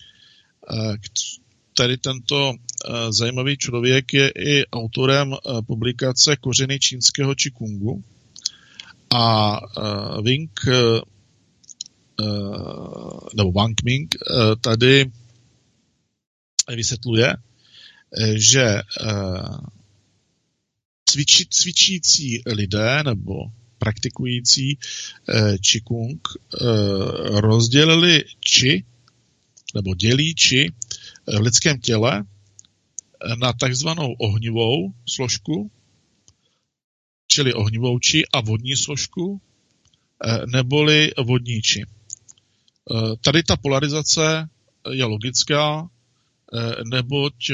Tady tento zajímavý člověk je i autorem publikace Kořeny čínského qigongu. A Wang Ming tady vysvětluje, že cvičící lidé nebo praktikující qigong rozdělili či, nebo dělí či v lidském těle na takzvanou ohnivou složku, čili ohnivou či, a vodní složku, neboli vodní či. Tady ta polarizace je logická, neboť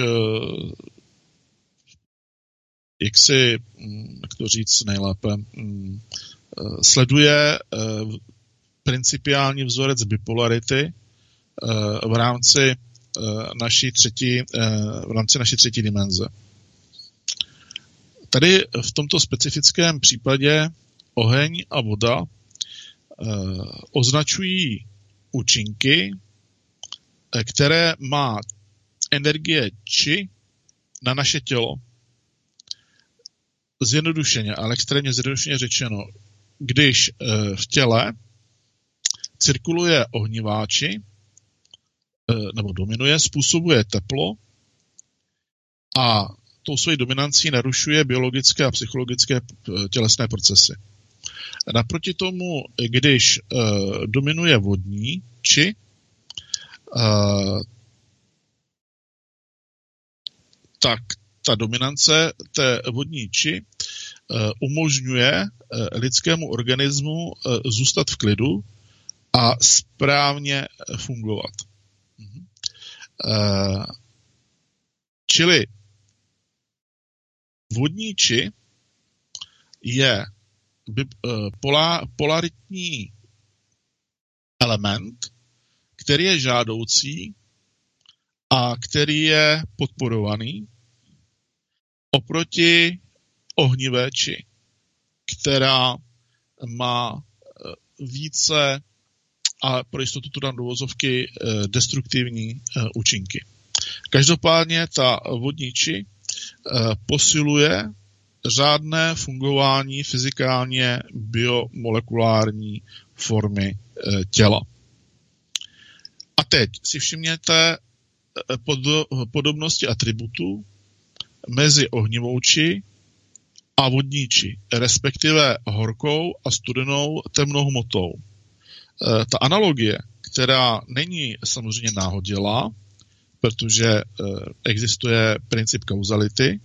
jak to říct nejlépe, sleduje principiální vzorec bipolarity v rámci naší třetí dimenze. Tady v tomto specifickém případě oheň a voda označují účinky, které má energie či na naše tělo. Zjednodušeně, ale extrémně zjednodušeně řečeno, když v těle cirkuluje ohniváči, nebo dominuje, způsobuje teplo a tou svojí dominancí narušuje biologické a psychologické tělesné procesy. Naproti tomu, když dominuje vodní či, tak ta dominance té vodní či umožňuje lidskému organismu zůstat v klidu a správně fungovat. Čili vodní či je polaritní element, který je žádoucí a který je podporovaný oproti ohnivé či, která má více a pro jistotu tu dám do uvozovky destruktivní účinky. Každopádně ta vodní či posiluje řádné fungování fyzikálně biomolekulární formy těla. A teď si všimněte podobnosti atributů mezi ohnivou či a vodní či, respektive horkou a studenou temnou hmotou. Ta analogie, která není samozřejmě náhodilá, protože existuje princip kauzality,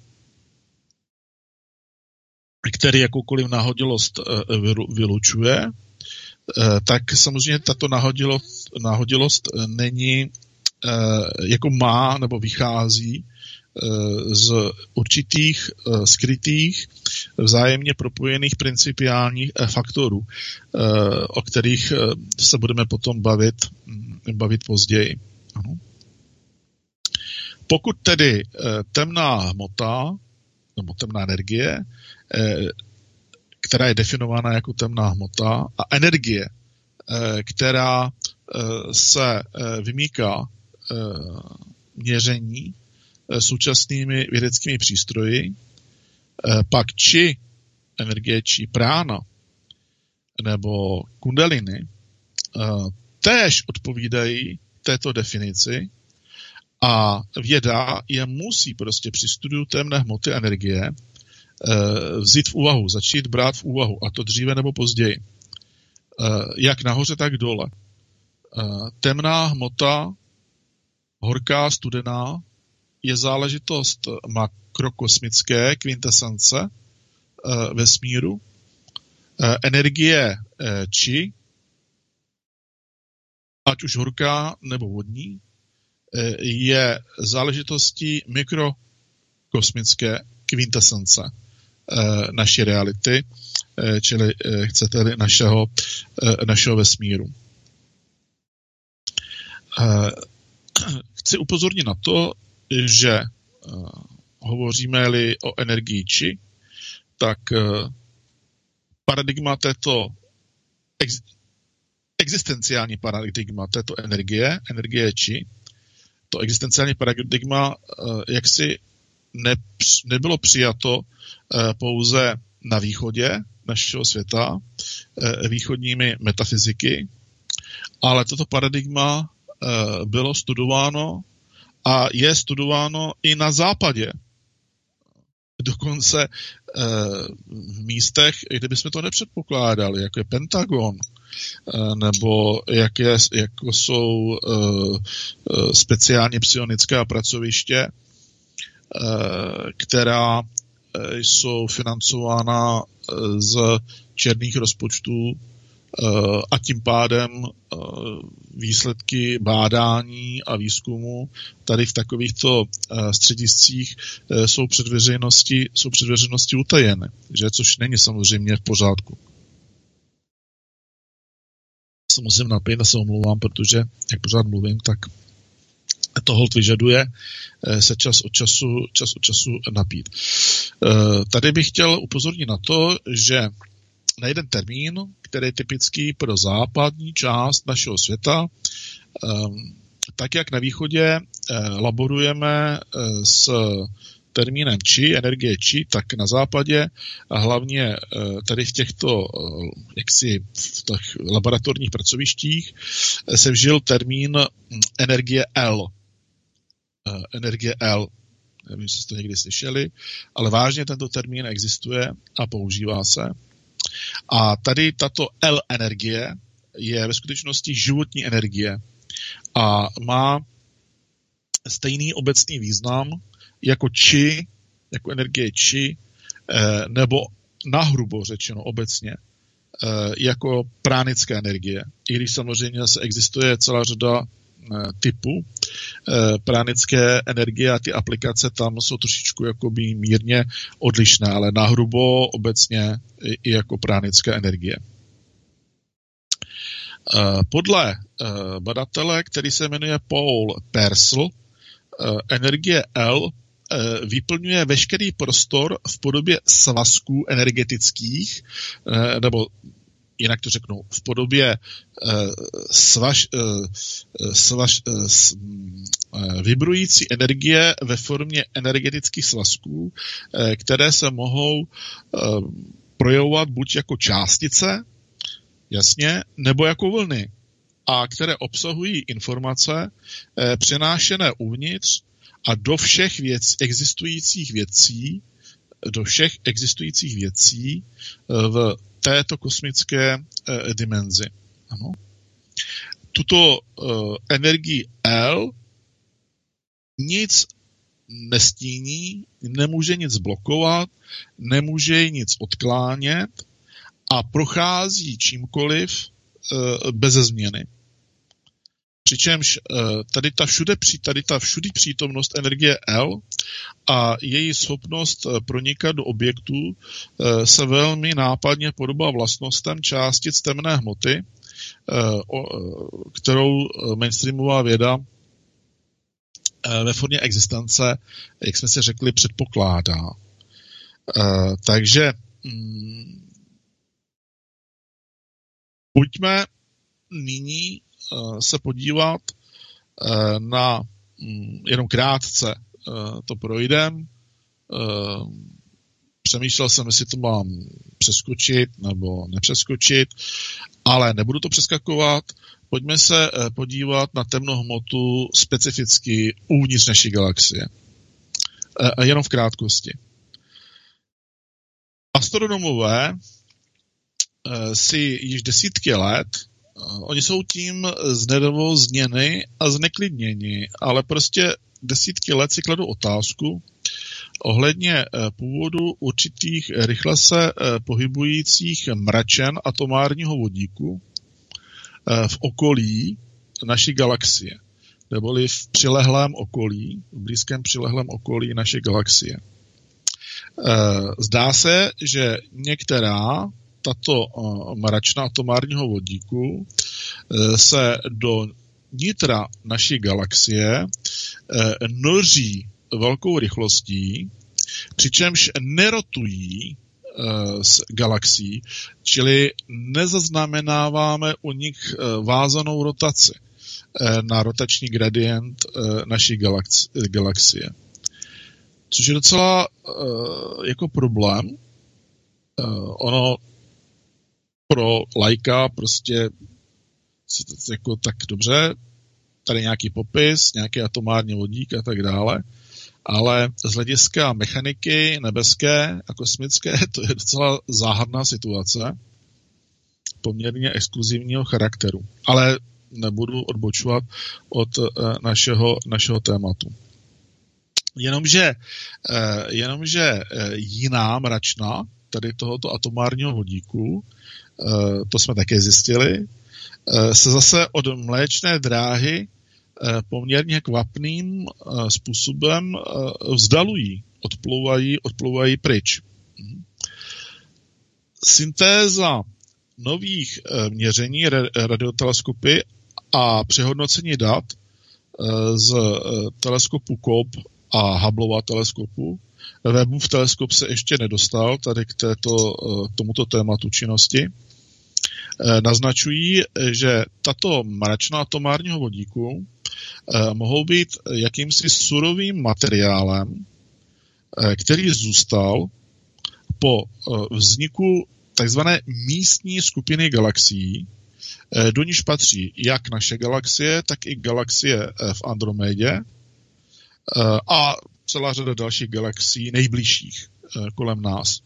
který jakoukoliv náhodilost vylučuje, tak samozřejmě tato náhodilost není, jako má nebo vychází z určitých skrytých, vzájemně propojených principiálních faktorů, o kterých se budeme potom bavit později. Ano. Pokud tedy temná hmota nebo temná energie, která je definována jako temná hmota, a energie, která se vymýká měření současnými vědeckými přístroji, pak či energie či prána nebo kundaliny též odpovídají této definici a věda je musí prostě při studiu temné hmoty energie vzít v úvahu, začít brát v úvahu, a to dříve nebo později. Jak nahoře, tak dole. Temná hmota, horká, studená, je záležitost makrokosmické kvintesence vesmíru. Energie či, ať už horká nebo vodní, je záležitostí mikrokosmické kvintesence naší reality, čili chcete-li našeho vesmíru. Chci upozornit na to, že hovoříme-li o energii či, tak paradigma této existenciální paradigma této energie či, to existenciální paradigma jaksi nebylo přijato pouze na východě našeho světa, východními metafyziky, ale toto paradigma bylo studováno a je studováno i na západě. Dokonce v místech, kde bychom to nepředpokládali, jako je Pentagon, nebo jako jsou speciálně psionická pracoviště, která jsou financována z černých rozpočtů a tím pádem výsledky bádání a výzkumu tady v takovýchto střediscích jsou před veřejností utajeny, což není samozřejmě v pořádku. Se musím napít a se omlouvám, protože jak pořád mluvím, tak to holt vyžaduje se čas od času napít. Tady bych chtěl upozornit na to, že na jeden termín, který je typický pro západní část našeho světa, tak jak na východě laborujeme s termínem či, energie či, tak na západě a hlavně tady v těchto v těch laboratorních pracovištích se vžil termín energie L. Energie L. Nevím, jestli jste to někdy slyšeli, ale vážně tento termín existuje a používá se. A tady tato L energie je ve skutečnosti životní energie a má stejný obecný význam jako či jako energie či, nebo nahrubo řečeno obecně, jako pránické energie. I když samozřejmě zase existuje celá řada typů pránické energie a ty aplikace tam jsou trošičku jakoby mírně odlišné, ale nahrubo obecně i jako pránické energie. Podle badatele, který se jmenuje Paul Pearsall, energie L vyplňuje veškerý prostor v podobě svazků energetických, nebo jinak to řeknu, v podobě vibrující energie ve formě energetických svazků, které se mohou projevovat buď jako částice, jasně, nebo jako vlny, a které obsahují informace přenášené uvnitř a do všech existujících věcí v této kosmické dimenzi. Ano. Tuto energii L nic nestíní, nemůže nic blokovat, nemůže nic odklánět a prochází čímkoliv beze změny. Přičemž tady ta všudy přítomnost energie L a její schopnost pronikat do objektů se velmi nápadně podobá vlastnostem částic temné hmoty, kterou mainstreamová věda ve formě existence, jak jsme si řekli, předpokládá. Takže pojďme nyní se podívat na, jenom krátce to projdem. Přemýšlel jsem, jestli to mám přeskočit nebo nepřeskočit, ale nebudu to přeskakovat. Pojďme se podívat na temnou hmotu specificky uvnitř naší galaxie. Jenom v krátkosti. Astronomové si již desítky let, oni jsou tím znervózněni a zneklidněni, ale prostě desítky let si kladou otázku ohledně původu určitých rychle se pohybujících mračen atomárního vodíku v okolí naší galaxie, neboli v přilehlém okolí, v blízkém přilehlém okolí naší galaxie. Zdá se, že některá tato mračna atomárního vodíku se do nitra naší galaxie noří velkou rychlostí, přičemž nerotují z galaxií, čili nezaznamenáváme u nich vázanou rotaci na rotační gradient naší galaxie. Což je docela jako problém. Ono pro laika prostě jako tak dobře, tady nějaký popis, nějaký atomární vodík a tak dále, ale z hlediska mechaniky nebeské a kosmické to je docela záhadná situace, poměrně exkluzivního charakteru. Ale nebudu odbočovat od našeho tématu. Jenomže jiná mračna tady tohoto atomárního vodíku, to jsme také zjistili, se zase od mléčné dráhy poměrně kvapným způsobem vzdalují, odplouvají pryč. Syntéza nových měření radioteleskopy a přehodnocení dat z teleskopu COPE a Hubbleova teleskopu. Webbův teleskop se ještě nedostal tady k tomuto tématu činnosti. Naznačují, že tato mračna atomárního vodíku mohou být jakýmsi surovým materiálem, který zůstal po vzniku takzvané místní skupiny galaxií, do níž patří jak naše galaxie, tak i galaxie v Andromédě a celá řada dalších galaxií nejbližších kolem nás.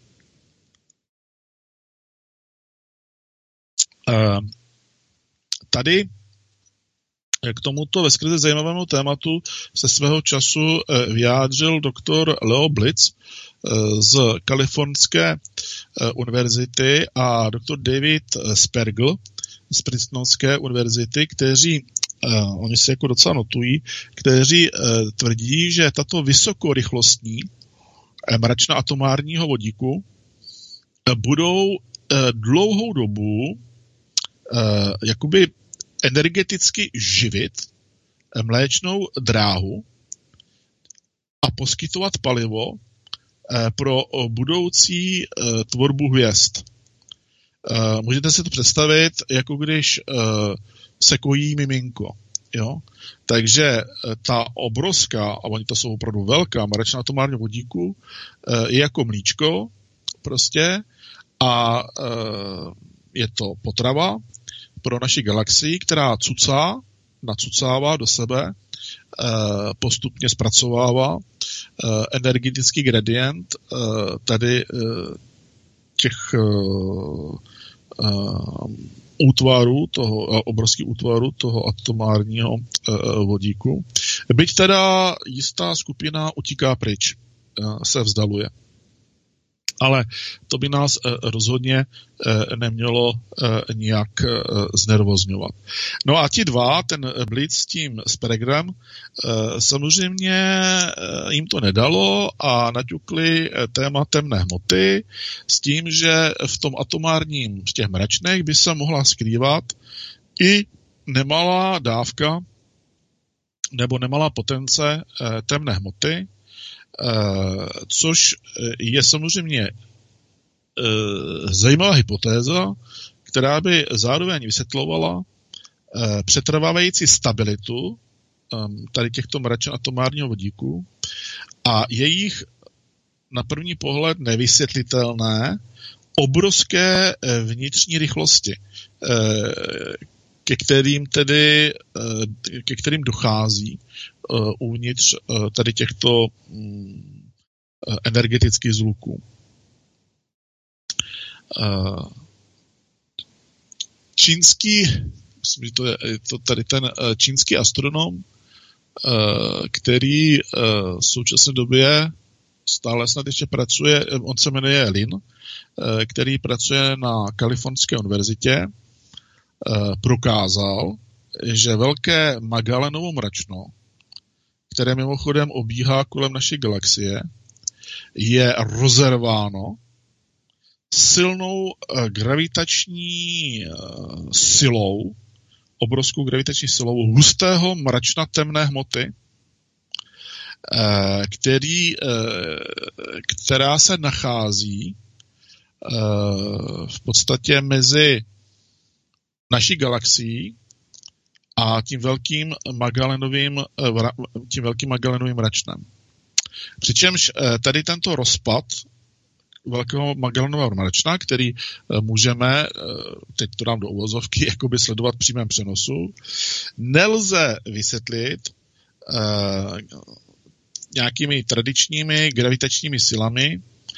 Tady K tomuto veskrze zajímavému tématu se svého času vyjádřil doktor Leo Blitz z Kalifornské univerzity a doktor David Spergel z Princetonské univerzity, kteří, oni se jako docela notují, kteří tvrdí, že tato vysokorychlostní mračna atomárního vodíku budou dlouhou dobu jakoby energeticky živit mléčnou dráhu a poskytovat palivo pro budoucí tvorbu hvězd. Můžete si to představit, jako když se kojí miminko. Jo? Takže ta obrovská, a oni to jsou opravdu velká, mračna atomárního vodíku, je jako mlíčko prostě a je to potrava pro naši galaxii, která nacucává do sebe, postupně zpracovává energetický gradient tady těch útvarů, toho obrovských útvarů toho atomárního vodíku. Byť teda jistá skupina utíká pryč, se vzdaluje. Ale to by nás rozhodně nemělo nijak znervozňovat. No a ti dva, ten Blitz s tím Spergrem, samozřejmě jim to nedalo a naťukli téma temné hmoty s tím, že v tom atomárním, v těch mračnech by se mohla skrývat i nemalá dávka nebo nemalá potence temné hmoty, což je samozřejmě zajímavá hypotéza, která by zároveň vysvětlovala přetrvávající stabilitu tady těchto mračen atomárního vodíku a jejich na první pohled nevysvětlitelné obrovské vnitřní rychlosti, ke kterým dochází uvnitř tady těchto energetických zluků. Myslím, že to je to tady ten čínský astronom, který v současné době stále snad ještě pracuje, on se jmenuje Lin, který pracuje na Kalifornské univerzitě, prokázal, že velké Magellanovo mračno, které mimochodem obíhá kolem naší galaxie, je rozerváno silnou gravitační silou, obrovskou gravitační silou hustého mračna temné hmoty, která se nachází v podstatě mezi naší galaxií a tím velkým Magellanovým mračnem. Přičemž tady tento rozpad velkého Magellanového mračna, který můžeme, teď to dám do uvozovky, jakoby sledovat v přímém přenosu, nelze vysvětlit nějakými tradičními gravitačními silami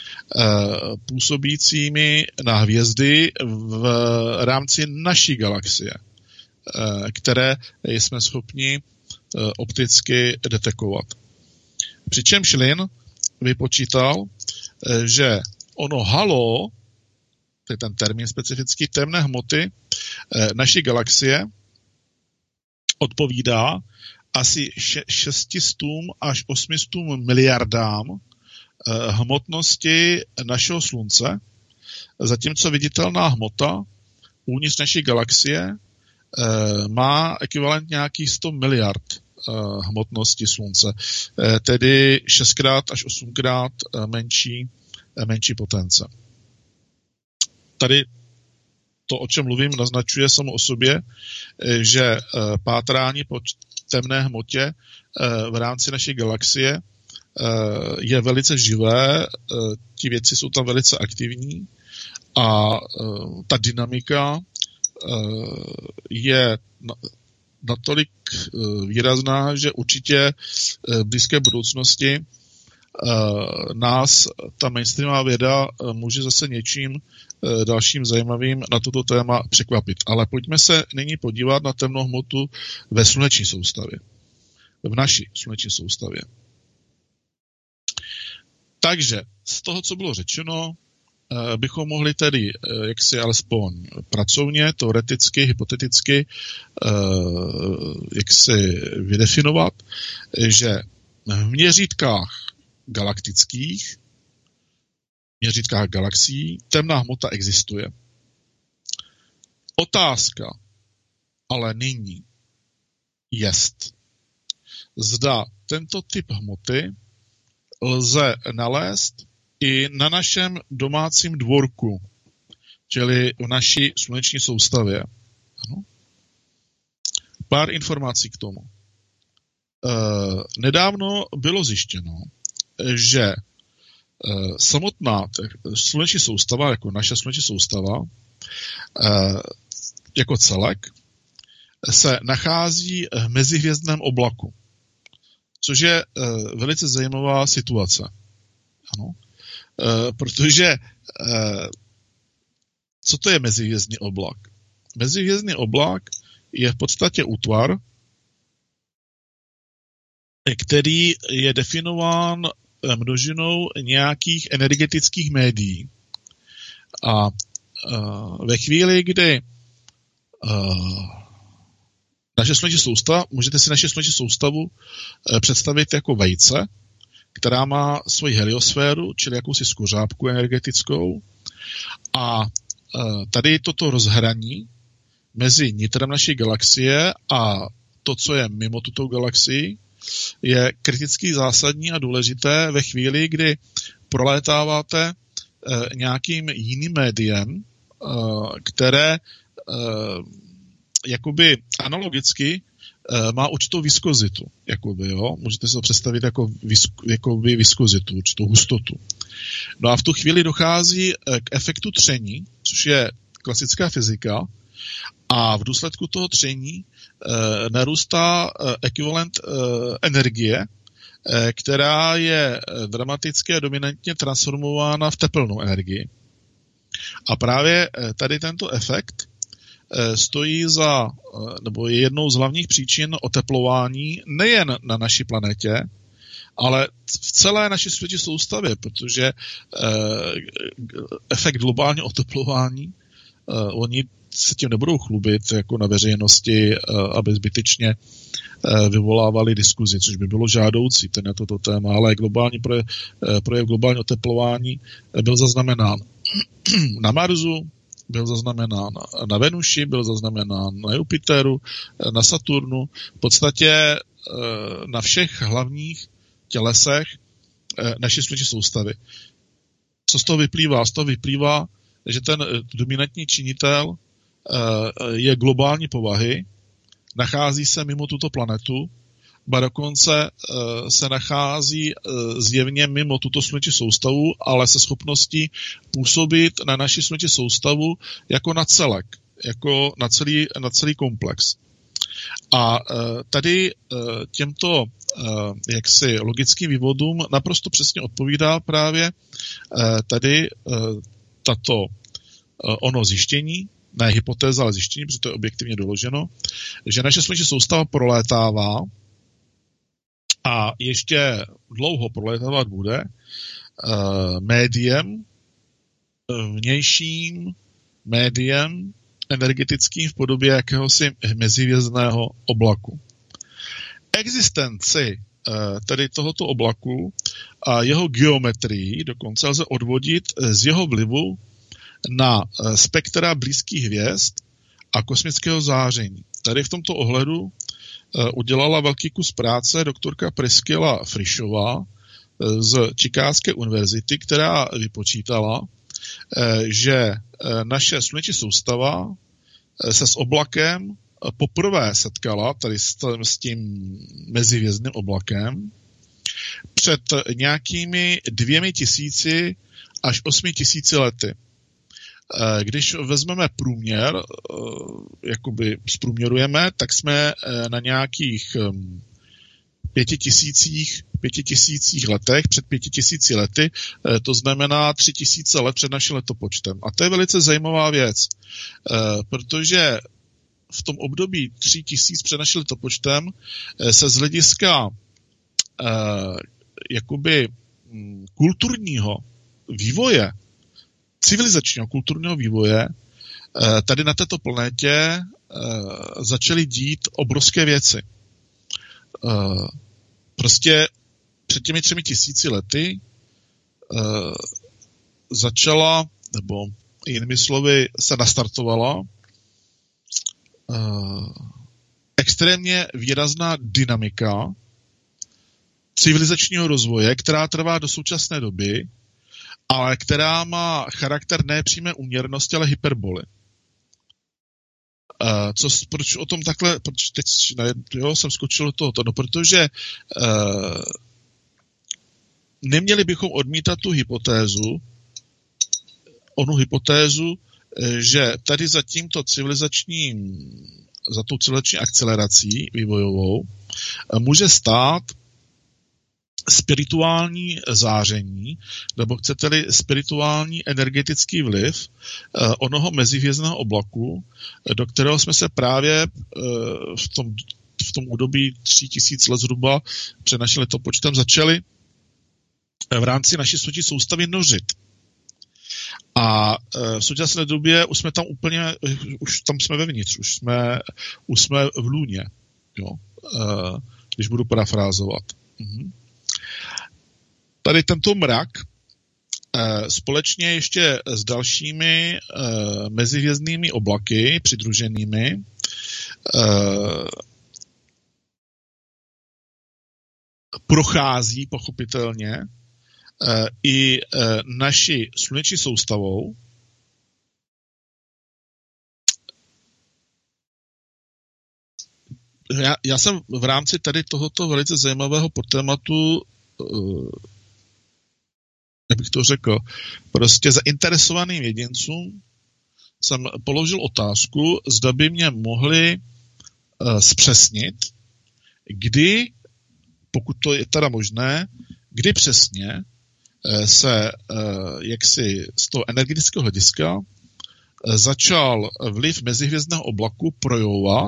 působícími na hvězdy v rámci naší galaxie, které jsme schopni opticky detekovat. Přičemž Lin vypočítal, že ono halo, to je ten termín specifický, temné hmoty naší galaxie odpovídá asi 600 až 800 miliardám hmotnosti našeho slunce, zatímco viditelná hmota uvnitř naší galaxie má ekvivalent nějakých 100 miliard hmotnosti slunce, tedy 6x až 8x menší potence. Tady to, o čem mluvím, naznačuje samo o sobě, že pátrání po temné hmotě v rámci naší galaxie je velice živé, ti vědci jsou tam velice aktivní a ta dynamika je natolik výrazná, že určitě v blízké budoucnosti nás ta mainstreamová věda může zase něčím dalším zajímavým na toto téma překvapit. Ale pojďme se nyní podívat na temnou hmotu ve sluneční soustavě. V naší sluneční soustavě. Takže z toho, co bylo řečeno, bychom mohli tedy jaksi alespoň pracovně, teoreticky, hypoteticky jaksi vydefinovat, že v měřítkách galaktických, měřítkách galaxií, temná hmota existuje. Otázka ale nyní jest, zda tento typ hmoty lze nalézt i na našem domácím dvorku, čili v naší sluneční soustavě. Ano. Pár informací k tomu. Nedávno bylo zjištěno, že samotná sluneční soustava, jako naše sluneční soustava, jako celek, se nachází v mezihvězdném oblaku, což je velice zajímavá situace. Ano. Protože co to je mezihvězdný oblak? Mezihvězdný oblak je v podstatě útvar, který je definován množinou nějakých energetických médií. A ve chvíli, kdy naše sluneční soustava, můžete si naši sluneční soustavu představit jako vejce, která má svoji heliosféru, čili jakousi skořápku energetickou. A tady toto rozhraní mezi nitrem naší galaxie a to, co je mimo tuto galaxii, je kriticky zásadní a důležité ve chvíli, kdy prolétáváte nějakým jiným médiem, které jakoby analogicky má určitou viskozitu. Jakoby, jo? Můžete si to představit jako viskozitu, určitou hustotu. No a v tu chvíli dochází k efektu tření, což je klasická fyzika, a v důsledku toho tření narůstá ekvivalent energie, která je dramaticky a dominantně transformována v tepelnou energii. A právě tady tento efekt stojí za, nebo je jednou z hlavních příčin oteplování nejen na naší planetě, ale v celé naší sluneční soustavě, protože efekt globálního oteplování, oni se tím nebudou chlubit jako na veřejnosti, aby zbytečně vyvolávali diskuzi, což by bylo žádoucí na toto téma, ale globální projev globální oteplování byl zaznamenán na Marsu, byl zaznamenán na Venuši, byl zaznamenán na Jupiteru, na Saturnu, v podstatě na všech hlavních tělesech naší sluneční soustavy. Co z toho vyplývá? Z toho vyplývá, že ten dominantní činitel je globální povahy, nachází se mimo tuto planetu, ba dokonce se nachází zjevně mimo tuto sluneční soustavu, ale se schopností působit na naši sluneční soustavu jako na celek, jako na celý komplex. A tady těmto jaksi logickým vývodům naprosto přesně odpovídá právě tady tato ono zjištění, ne hypotéza, ale zjištění, protože to je objektivně doloženo, že naše sluneční soustava prolétává a ještě dlouho prolétávat bude médiem, vnějším médiem energetickým v podobě jakéhosi mezihvězdného oblaku. Existenci tedy tohoto oblaku a jeho geometrii dokonce lze odvodit z jeho vlivu na spektra blízkých hvězd a kosmického záření. Tady v tomto ohledu udělala velký kus práce doktorka Priscilla Frischová z Chicagské univerzity, která vypočítala, že naše sluneční soustava se s oblakem poprvé setkala, tady s tím mezihvězdným oblakem, před nějakými 2000 až 8000 lety. Když vezmeme průměr, jakoby zprůměrujeme, tak jsme na nějakých 5000 5000 letech, před 5000 lety, to znamená 3000 let před naším letopočtem. A to je velice zajímavá věc, protože v tom období 3000 před naším letopočtem se z hlediska jakoby kulturního vývoje, civilizačního kulturního vývoje, tady na této planetě začaly dít obrovské věci. Prostě před těmi 3000 lety začala, nebo jinými slovy se nastartovala extrémně výrazná dynamika civilizačního rozvoje, která trvá do současné doby, ale která má charakter ne přímé úměrnosti, ale hyperboly. Proč o tom takhle, proč teď jsem skočil do tohoto? No, protože neměli bychom odmítat tu hypotézu, že tady za tou civilizační akcelerací vývojovou může stát spirituální záření, nebo chcete-li spirituální energetický vliv onoho mezihvězdného oblaku, do kterého jsme se právě v tom údobí 3000 let zhruba před naším letopočtem začali v rámci naší sluneční soustavy nořit. A v současné době už jsme tam už tam jsme vevnitř, už jsme v lůně, jo? Když budu parafrázovat. Tady tento mrak společně ještě s dalšími mezihvězdnými oblaky přidruženými prochází pochopitelně i naši sluneční soustavou. Já jsem v rámci tady tohoto velice zajímavého podtématu, jak bych to řekl, prostě zainteresovaným jedincům jsem položil otázku, zda by mě mohli zpřesnit, kdy, pokud to je teda možné, kdy přesně se jaksi z toho energetického hlediska začal vliv mezihvězdného oblaku projevovat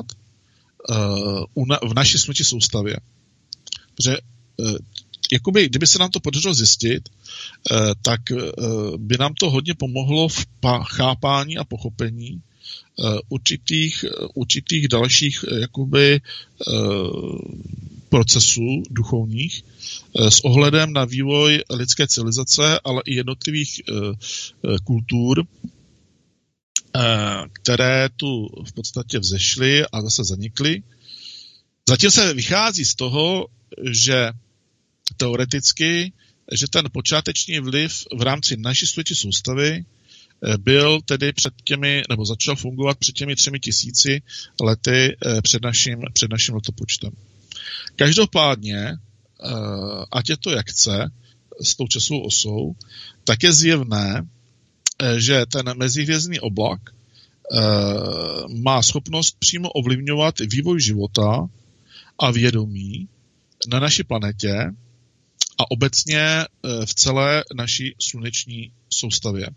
v naší sluneční soustavě. Protože jakoby, kdyby se nám to podařilo zjistit, tak by nám to hodně pomohlo v chápání a pochopení určitých dalších jakoby procesů duchovních s ohledem na vývoj lidské civilizace, ale i jednotlivých kultur, které tu v podstatě vzešly a zase zanikly. Zatím se vychází z toho, že teoreticky, že ten počáteční vliv v rámci naší sluneční soustavy byl tedy nebo začal fungovat před těmi 3000 lety před naším letopočtem. Každopádně, ať je to jak chce, s tou časovou osou, tak je zjevné, že ten mezihvězdný oblak má schopnost přímo ovlivňovat vývoj života a vědomí na naší planetě a obecně v celé naší sluneční soustavě.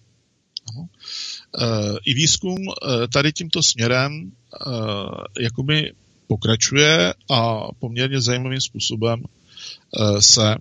I výzkum tady tímto směrem jakoby pokračuje a poměrně zajímavým způsobem se,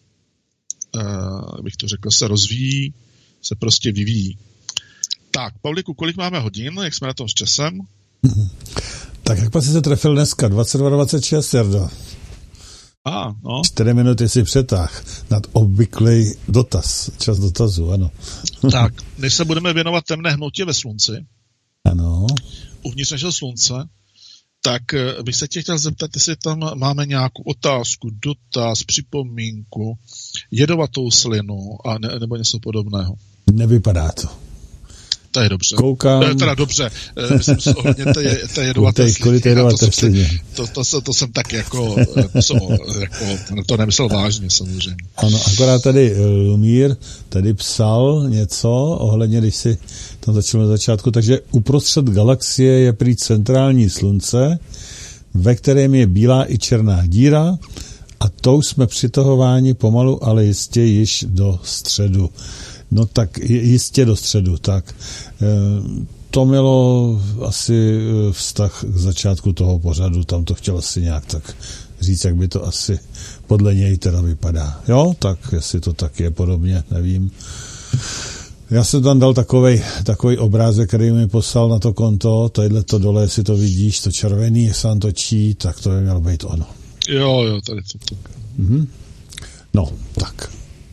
bych to řekl, se rozvíjí, se prostě vyvíjí. Tak, Pavlíku, kolik máme hodin, jak jsme na tom s časem? Tak jak jsi se trefil dneska? 22:26, Jardo. No. 4 minuty si přetáh nad obvyklý dotaz, čas dotazu, ano. Tak, než se budeme věnovat temné hmotě ve slunci, ano. Uvnitř našeho slunce, tak bych se tě chtěl zeptat, jestli tam máme nějakou otázku, dotaz, připomínku, jedovatou slinu nebo něco podobného. Nevypadá to. To je dobře. Koukám. To je teda dobře. Myslím si ohledně té jedovaté sliny. To jsem tak jako to nemyslel vážně samozřejmě. Ano, akorát tady Lumír tady psal něco ohledně, když si tam začal na začátku, takže uprostřed galaxie je prý centrální slunce, ve kterém je bílá i černá díra a tou jsme přitahováni pomalu, ale jistě již do středu. No tak jistě do středu, tak to mělo asi vztah k začátku toho pořadu, tam to chtěl asi nějak tak říct, jak by to asi podle něj teda vypadá. Jo, tak jestli to tak je podobně, nevím. Já jsem tam dal takovej obrázek, který mi poslal na to konto, tohle dole, jestli to vidíš, to červený, jestli tam točí, tak to by mělo být ono. Jo, tady to. Mhm. No, tak.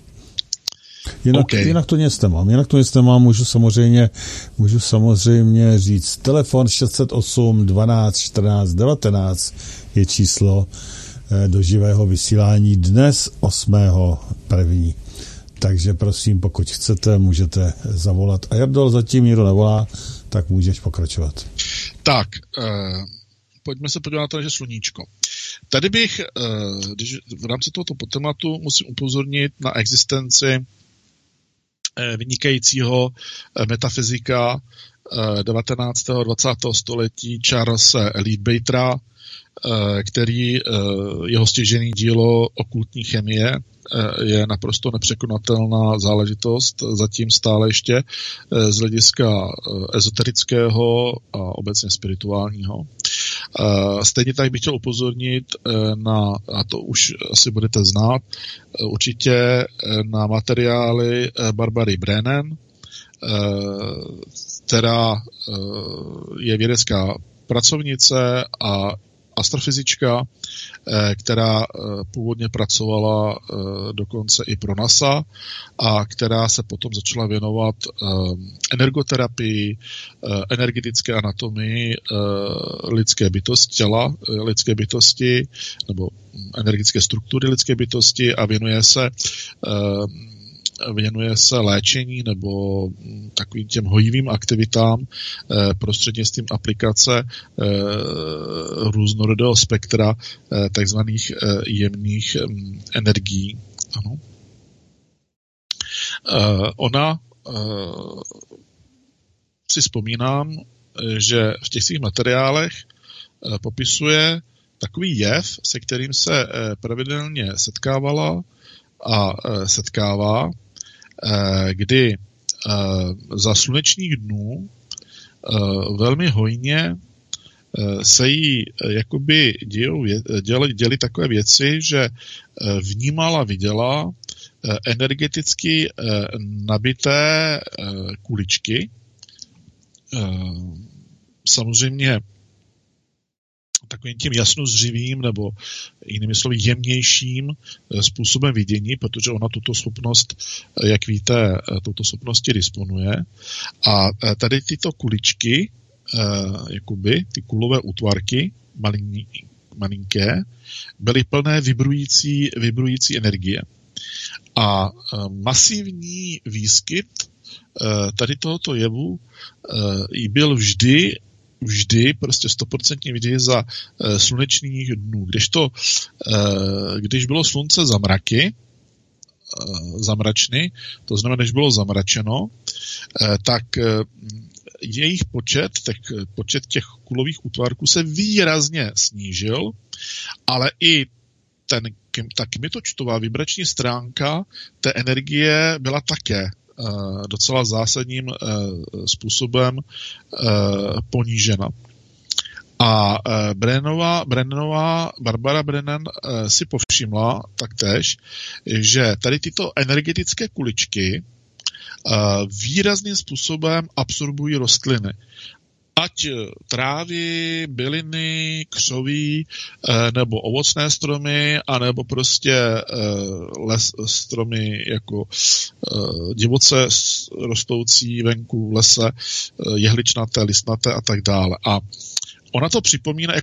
Jinak to nic nemám, můžu samozřejmě říct. Telefon 608 12 14 19 je číslo do živého vysílání dnes 8.1. Takže prosím, pokud chcete, můžete zavolat. A Jardol, zatím nikdo nevolá, tak můžeš pokračovat. Tak, pojďme se podívat na to, že sluníčko. Tady bych, když v rámci tohoto tématu musím upozornit na existenci vynikajícího metafyzika 19. a 20. století Charlesa Leadbeatera, který jeho stěžejní dílo Okultní chemie je naprosto nepřekonatelná záležitost, zatím stále ještě z hlediska ezoterického a obecně spirituálního. Stejně tak bych chtěl upozornit na, a to už asi budete znát, určitě na materiály Barbary Brennan, která je vědecká pracovnice a astrofyzička, která původně pracovala dokonce i pro NASA a která se potom začala věnovat energoterapii, energetické anatomii lidské bytosti, těla lidské bytosti nebo energetické struktury lidské bytosti a věnuje se léčení nebo takovým těm hojivým aktivitám prostřednictvím aplikace různorodého spektra takzvaných jemných energií. Ano. Ona si vzpomínám, že v těch svých materiálech popisuje takový jev, se kterým se pravidelně setkávala a setkává, kdy za slunečních dnů velmi hojně se jí jakoby děly takové věci, že vnímala, viděla energeticky nabité kuličky. Samozřejmě takovým tím jasnozřivým nebo jinými slovy jemnějším způsobem vidění, protože ona tuto schopnost, jak víte, touto schopnosti disponuje. A tady tyto kuličky, jakoby ty kulové útvarky, malinké, byly plné vibrující energie. A masivní výskyt tady tohoto jevu byl vždy, prostě 100% vždy za slunečných dnů. Když bylo slunce zamračny, to znamená, když bylo zamračeno, tak jejich počet těch kulových útvarků se výrazně snížil, ale i ta kmitočtová vibrační stránka té energie byla také docela zásadním způsobem ponížena. A Barbara Brennan si povšimla taktéž, že tady tyto energetické kuličky výrazným způsobem absorbují rostliny. Ať trávy, byliny, křoví, nebo ovocné stromy, anebo prostě stromy jako divoce rostoucí venku v lese, jehličnaté, listnaté a tak dále. A ona to připomíná,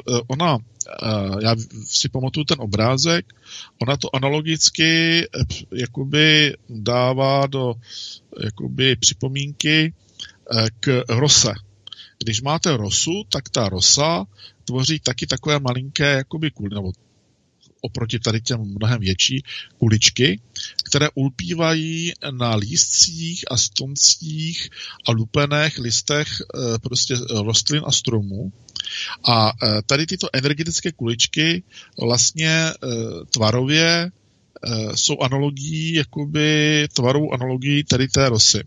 já si pamatuju ten obrázek, ona to analogicky jakoby dává do jakoby připomínky k rose. Když máte rosu, tak ta rosa tvoří taky takové malinké jakoby nebo oproti tady těm mnohem větší kuličky, které ulpívají na lístcích a stoncích a lupených listech prostě rostlin a stromů. A tady tyto energetické kuličky vlastně tvarově jsou analogií, jakoby tvarovou analogií tady té rosy.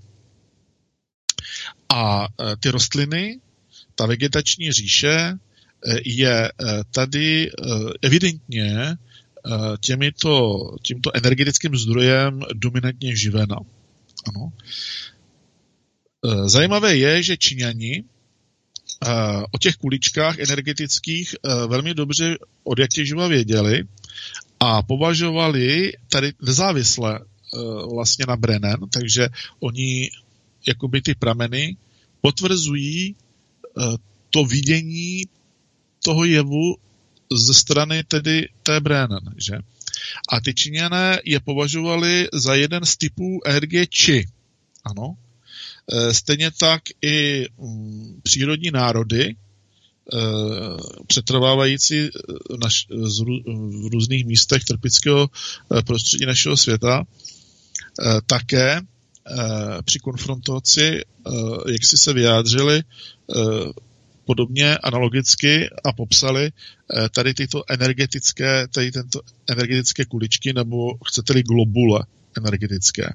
A ty rostliny, ta vegetační říše je tady evidentně tímto energetickým zdrojem dominantně živena. Ano. Zajímavé je, že Číňani o těch kuličkách energetických velmi dobře od jak živa věděli a považovali tady nezávisle vlastně na Brennan, takže oni jakoby ty prameny potvrzují to vidění toho jevu ze strany tedy té Brennan, že? A ty Číňané je považovali za jeden z typů energie Qi. Ano. Stejně tak i přírodní národy, přetrvávající v různých místech tropického prostředí našeho světa, také při konfrontaci, jak si se vyjádřili, podobně analogicky a popsali tady tento energetické kuličky, nebo chcete-li globule energetické.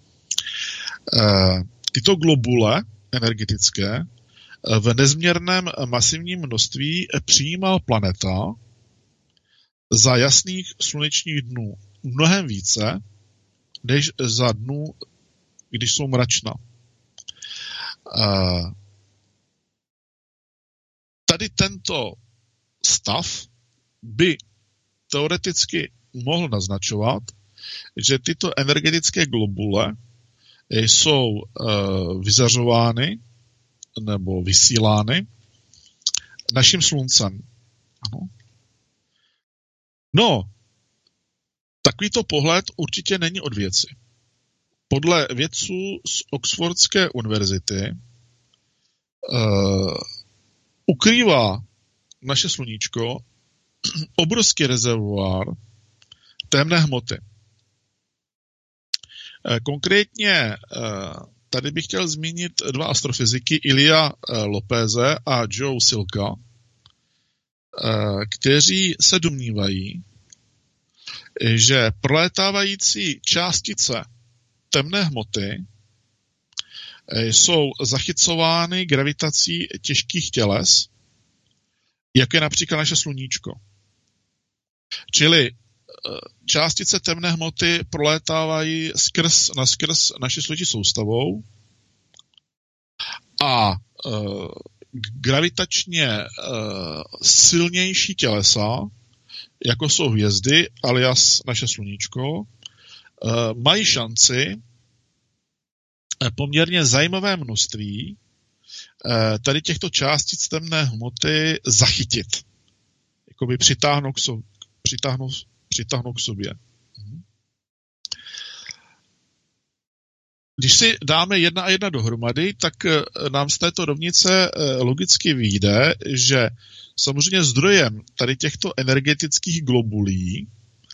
Tyto globule energetické v nezměrném masivním množství přijímá planeta za jasných slunečních dnů mnohem více, než za dnů, když jsou mračna. Tady tento stav by teoreticky mohl naznačovat, že tyto energetické globule jsou vyzařovány nebo vysílány naším sluncem. Ano. No, takovýto pohled určitě není od věci. Podle vědců z Oxfordské univerzity ukrývá naše sluníčko obrovský rezervoár temné hmoty. Konkrétně tady bych chtěl zmínit dva astrofyziky, Ilia Lopeze a Joe Silka, kteří se domnívají, že prolétávající částice temné hmoty jsou zachycovány gravitací těžkých těles, jako je například naše sluníčko. Čili částice temné hmoty prolétávají naskrz naši složití soustavou a gravitačně silnější tělesa, jako jsou hvězdy, alias naše sluníčko, mají šanci poměrně zajímavé množství tady těchto částic temné hmoty zachytit. Jakoby přitáhnout k sobě. Když si dáme 1 a 1 dohromady, tak nám z této rovnice logicky vyjde, že samozřejmě zdrojem tady těchto energetických globulí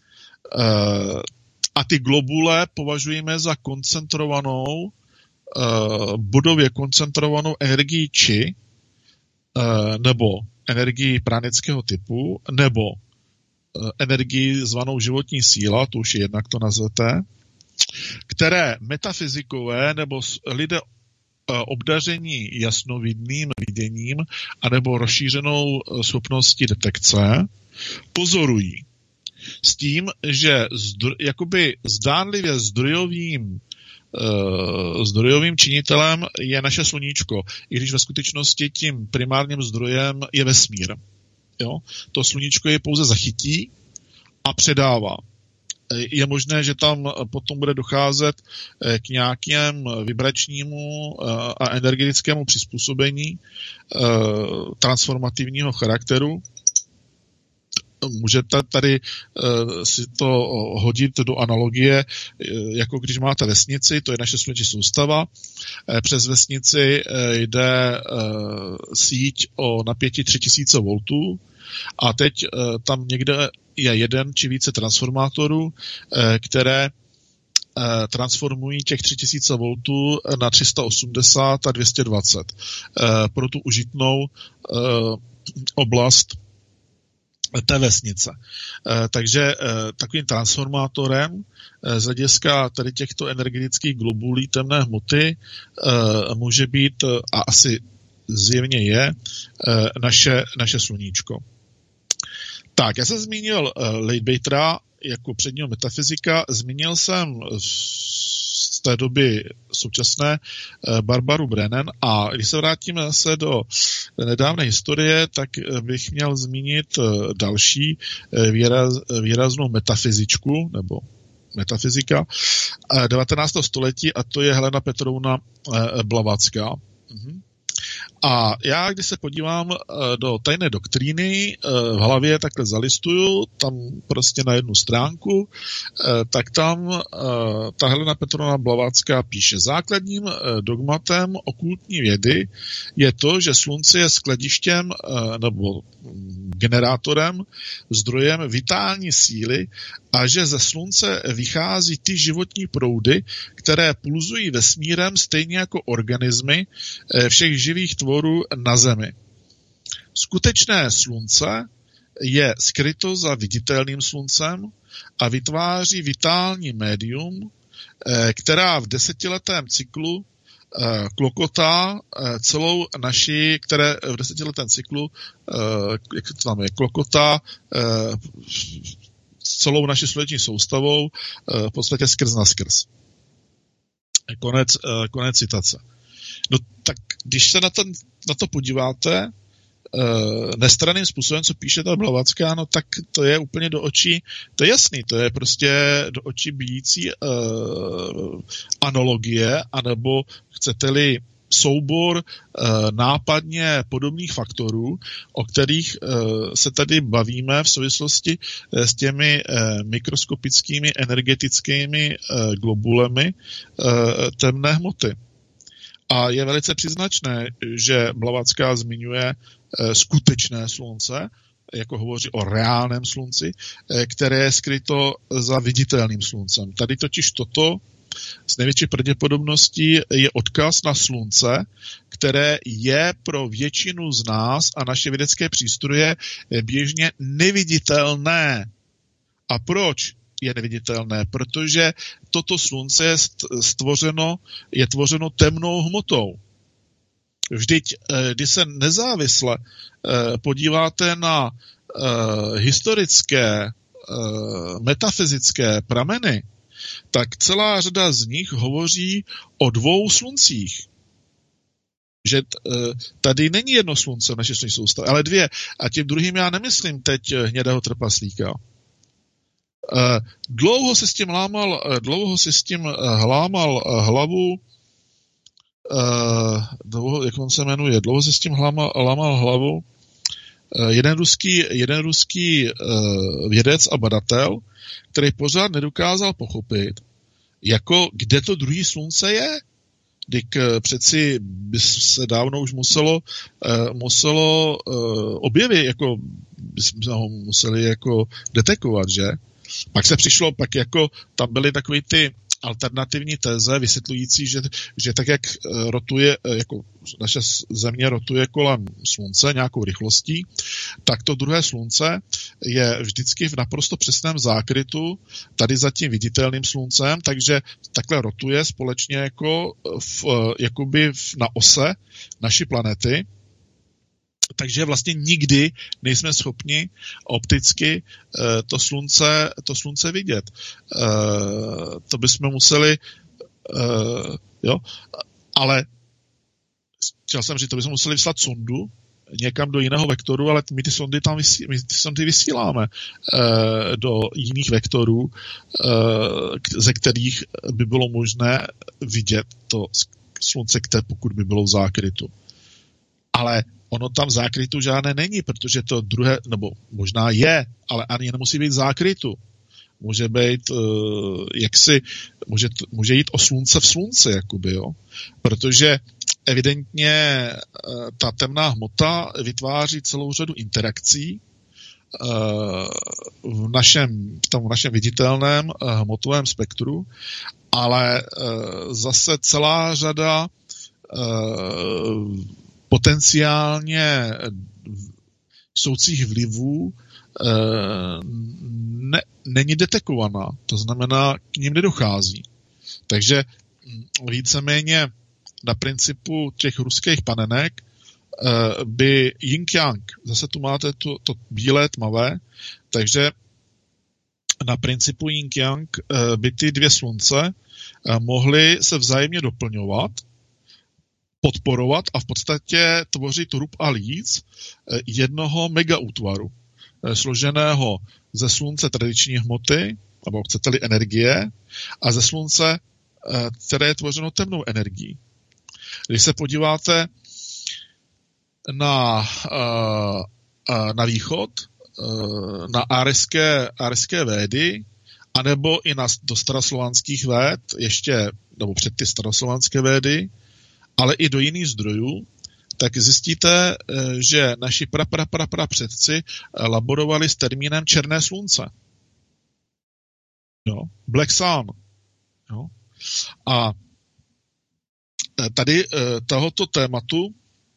a ty globule považujeme za koncentrovanou, bodově koncentrovanou energii Qi, nebo energii pranického typu, nebo energii zvanou životní síla, to už je jednak to nazvete, které metafyzikové nebo lidé obdaření jasnovidným viděním anebo rozšířenou schopností detekce pozorují. S tím, že jakoby zdánlivě zdrojovým činitelem je naše sluníčko, i když ve skutečnosti tím primárním zdrojem je vesmír. Jo? To sluníčko je pouze zachytí a předává. Je možné, že tam potom bude docházet k nějakému vibračnímu a energetickému přizpůsobení transformativního charakteru. Můžete tady si to hodit do analogie, jako když máte vesnici, to je naše sluneční soustava. Přes vesnici jde síť o napětí 3000 V a teď tam někde je jeden či více transformátorů, které transformují těch 3000 V na 380 a 220 pro tu užitnou oblast té vesnice. Takže takovým transformátorem z hlediska tady těchto energetických globulí temné hmoty může být, a asi zjevně je, naše sluníčko. Tak, já jsem zmínil Leadbeatera jako předního metafyzika, zmínil jsem z té doby současné Barbaru Brennan, a když se vrátíme zase do nedávné historie, tak bych měl zmínit další výraznou metafyzičku, nebo metafyzika 19. století, a to je Helena Petrovna Blavatská. A já, když se podívám do tajné doktríny, v hlavě takhle zalistuju, tam prostě na jednu stránku, tak tam ta Helena Petrovna Blavatská píše: základním dogmatem okultní vědy je to, že slunce je skladištěm nebo generátorem, zdrojem vitální síly a že ze slunce vychází ty životní proudy, které pulzují vesmírem stejně jako organismy všech živých tvorů na Zemi. Skutečné slunce je skryto za viditelným sluncem a vytváří vitální médium, která v desetiletém cyklu klokotá celou naši, které v desetiletém cyklu jak to tam je, klokotá celou naši sluneční soustavou v podstatě skrz na skrz. Konec citace. No tak, když se na to podíváte nestranným způsobem, co píše ta Blavatská, no tak to je úplně do očí, to je jasný, to je prostě do očí bijící analogie, anebo chcete-li soubor nápadně podobných faktorů, o kterých se tady bavíme v souvislosti s těmi mikroskopickými energetickými globulemi temné hmoty. A je velice příznačné, že Blavatská zmiňuje skutečné slunce, jako hovoří o reálném slunci, které je skryto za viditelným sluncem. Tady totiž toto s největší pravděpodobností je odkaz na slunce, které je pro většinu z nás a naše vědecké přístroje běžně neviditelné. A proč je neviditelné? Protože toto slunce je tvořeno temnou hmotou. Vždyť, když se nezávisle podíváte na historické, metafyzické prameny, tak celá řada z nich hovoří o dvou sluncích. Že tady není jedno slunce v naší sluneční soustavě, ale dvě. A tím druhým já nemyslím teď hnědého trpaslíka. Dlouho se s tím hlámal hlavu, jak on se jmenuje, dlouho se s tím hlámal hlavu jeden ruský vědec a badatel, který pořád nedokázal pochopit, jako kde to druhý slunce je. Když přeci by se dávno už muselo objevit, jako bychom ho museli jako detekovat, že? Pak se přišlo, tam byly takový ty alternativní teze vysvětlující, že tak, jak rotuje, jako naše země rotuje kolem slunce nějakou rychlostí, tak to druhé slunce je vždycky v naprosto přesném zákrytu tady za tím viditelným sluncem, takže takhle rotuje společně jakoby na ose naší planety. Takže vlastně nikdy nejsme schopni opticky to slunce vidět. To bychom museli, ale chtěl jsem říct, to bychom museli vyslat sondu někam do jiného vektoru, ale my ty sondy vysíláme do jiných vektorů, ze kterých by bylo možné vidět to slunce, pokud by bylo v zákrytu. Ale ono tam v zákrytu žádné není, protože to druhé, nebo možná je, ale ani nemusí být v zákrytu. Může být, může jít o slunce v slunci, jakoby, jo. Protože evidentně ta temná hmota vytváří celou řadu interakcí v našem viditelném hmotovém spektru, ale zase celá řada potenciálně soucích vlivů není detekovaná. To znamená, k ním nedochází. Takže víceméně na principu těch ruských panenek by yin-yang, zase tu máte to bílé tmavé, takže na principu yin-yang by ty dvě slunce mohly se vzájemně doplňovat, podporovat a v podstatě tvořit rub a líc jednoho megaútvaru, složeného ze slunce tradiční hmoty, nebo chcete-li energie, a ze slunce, které je tvořeno temnou energií. Když se podíváte na východ, na árijské védy, anebo i do staroslovanských véd, ještě, nebo před ty staroslovanské védy, ale i do jiných zdrojů, tak zjistíte, že naši předci laborovali s termínem černé slunce. Jo? Black sun. Jo? A tady tohoto tématu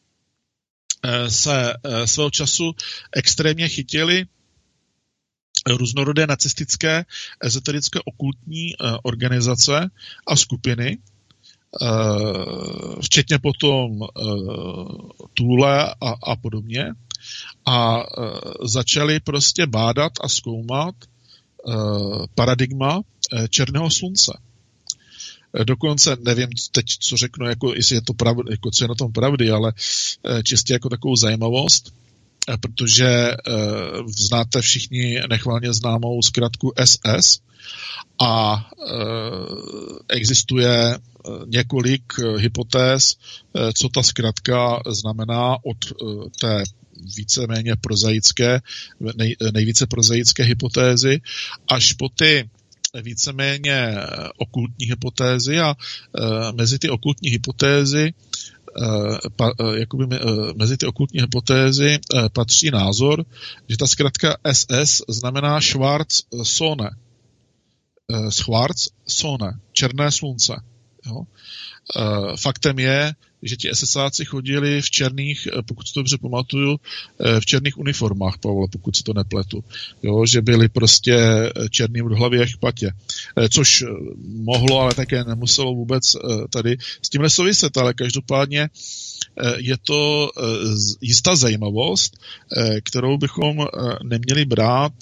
se svého času extrémně chytili různorodé nacistické, ezoterické, okultní organizace a skupiny, včetně potom Thule a podobně, a začali prostě bádat a zkoumat paradigma černého slunce. Dokonce nevím teď, co řeknu, jako, jestli je to pravda, jako, co je na tom pravdy, ale čistě jako takovou zajímavost, protože znáte všichni nechvalně známou zkratku SS a existuje několik hypotéz, co ta zkratka znamená od té víceméně prozaické, nejvíce prozaické hypotézy až po ty víceméně okultní hypotézy a mezi ty okultní hypotézy mezi ty okultní hypotézy patří názor, že ta zkratka SS znamená Schwarz-Sonne. Schwarz-Sonne, černé slunce. Jo? Faktem je, že ti SSáci chodili v černých, pokud si to dobře pamatuju, v černých uniformách, Pavle, pokud si to nepletu. Jo? Že byli prostě černý od hlavy až k patě. Což mohlo, ale také nemuselo vůbec tady s tím nesouviset, ale každopádně je to jistá zajímavost, kterou bychom neměli brát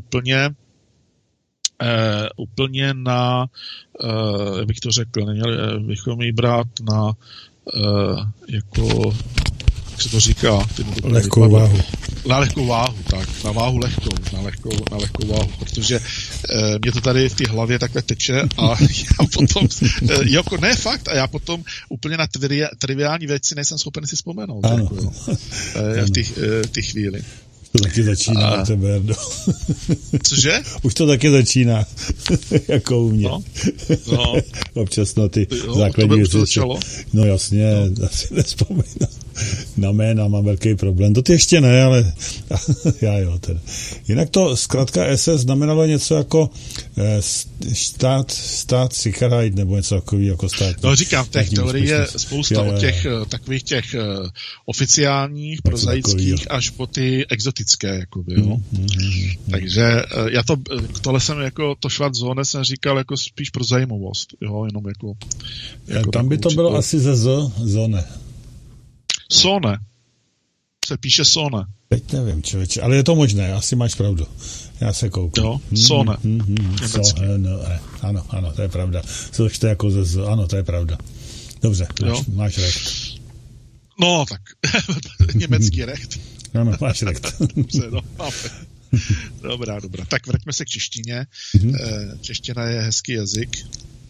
úplně na, jak bych to řekl, neměli bychom ji brát na jako, jak se to říká? Lehkou váhu. Na lehkou váhu, tak. Na váhu lehkou. Na lehkou váhu. Protože mě to tady v té hlavě takhle teče a já potom, jako ne fakt, a já potom úplně na triviální věci nejsem schopen si vzpomenout. Ano. Jako, v té chvíli. To taky začíná na tebe, Jardo. Cože? Už to taky začíná, jako u mě. No. Občas na ty základní věci. No jasně, asi nespomínám. Na jména mám velký problém. To ty ještě ne, ale já jo. Teda. Jinak to zkrátka SS znamenalo něco jako stát Sicherheit, nebo něco takový jako stát. No říkám, v těch teorií je spousta od těch takových těch oficiálních, prozaických až po ty exotické, jakoby, jo. Takže tohle jsem jako, to Schwarz-Sonne jsem říkal jako spíš pro zajímavost, jo, jenom jako tam by to bylo asi ze zóne. Sonne. Se píše Sonne. Teď nevím, člověče, ale je to možné, asi máš pravdu. Já se koukám. Jo, Sonne. Ano, to je pravda. To je jako ano, to je pravda. Dobře, máš recht. No, tak německý recht. Ano, máš recht. Dobře, no, Dobrá. Tak vraťme se k češtině. Čeština je hezký jazyk.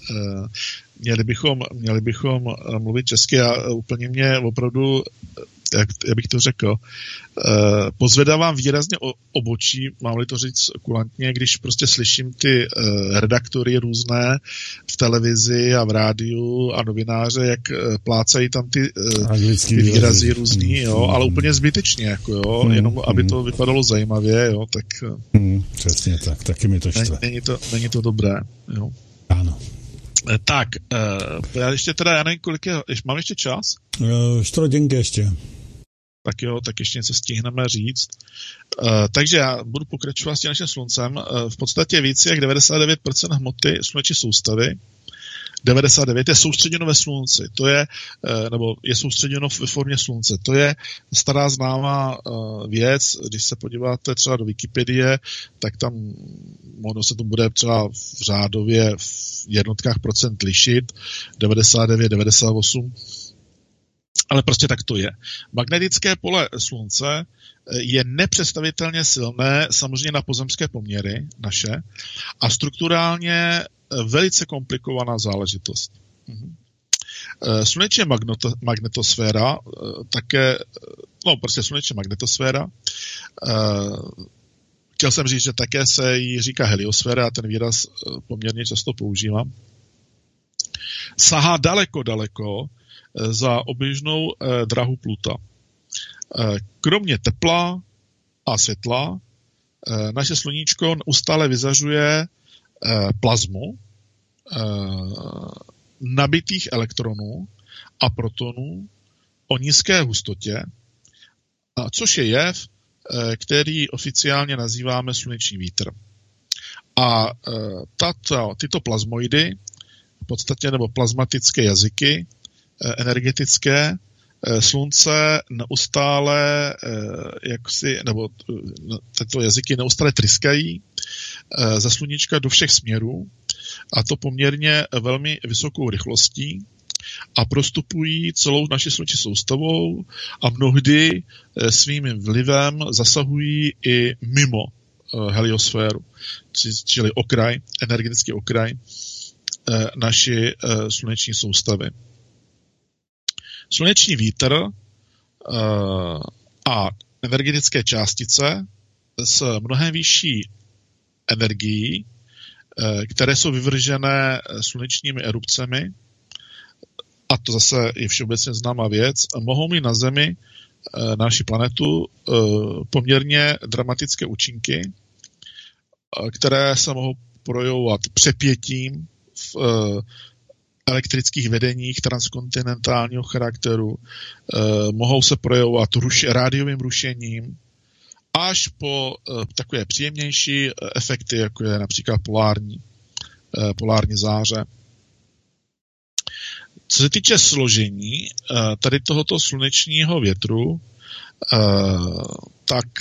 Měli bychom mluvit česky a úplně mě opravdu, jak bych to řekl, pozvedávám výrazně obočí, mám-li to říct kulantně, když prostě slyším ty redaktory různé v televizi a v rádiu a novináře, jak plácají tam ty výrazy různý, jo, ale úplně zbytečně, jako jo, jenom aby to vypadalo zajímavě, jo, tak... Přesně tak, taky mi to štve. Není to dobré, jo. Ano. Tak, já nevím, kolik je, mám ještě čas? 4 hodinky ještě. Tak jo, tak ještě něco stihneme říct. Takže já budu pokračovat s tím naším sluncem. V podstatě víc jak 99% hmoty sluneční soustavy 99 je soustředěno ve slunci. To je, nebo je soustředěno ve formě slunce. To je stará známá věc. Když se podíváte třeba do Wikipedie, tak tam ono se to bude třeba v řádově v jednotkách procent lišit. 99, 98. Ale prostě tak to je. Magnetické pole slunce je nepředstavitelně silné, samozřejmě na pozemské poměry naše, a strukturálně velice komplikovaná záležitost. Sluneční magnetosféra také, prostě sluneční magnetosféra, chtěl jsem říct, že také se jí říká heliosféra, a ten výraz poměrně často používám, sahá daleko za oběžnou dráhu Pluta. Kromě tepla a světla naše sluníčko neustále vyzařuje plazmu nabitých elektronů a protonů o nízké hustotě, což je jev, který oficiálně nazýváme sluneční vítr. A tyto plazmoidy, v podstatě nebo plazmatické jazyky energetické, slunce neustále nebo tyto jazyky neustále tryskají ze sluníčka do všech směrů, a to poměrně velmi vysokou rychlostí, a prostupují celou naši sluneční soustavou a mnohdy svým vlivem zasahují i mimo heliosféru, čili energetický okraj naší sluneční soustavy. Sluneční vítr a energetické částice s mnohem vyšší energií, které jsou vyvržené slunečními erupcemi, a to zase je všeobecně známá věc, mohou mít na Zemi, na naši planetu, poměrně dramatické účinky, které se mohou projevovat přepětím v elektrických vedeních transkontinentálního charakteru, mohou se projevovat rádiovým rušením, až po takové příjemnější efekty, jako je například polární záře. Co se týče složení tady tohoto slunečního větru, tak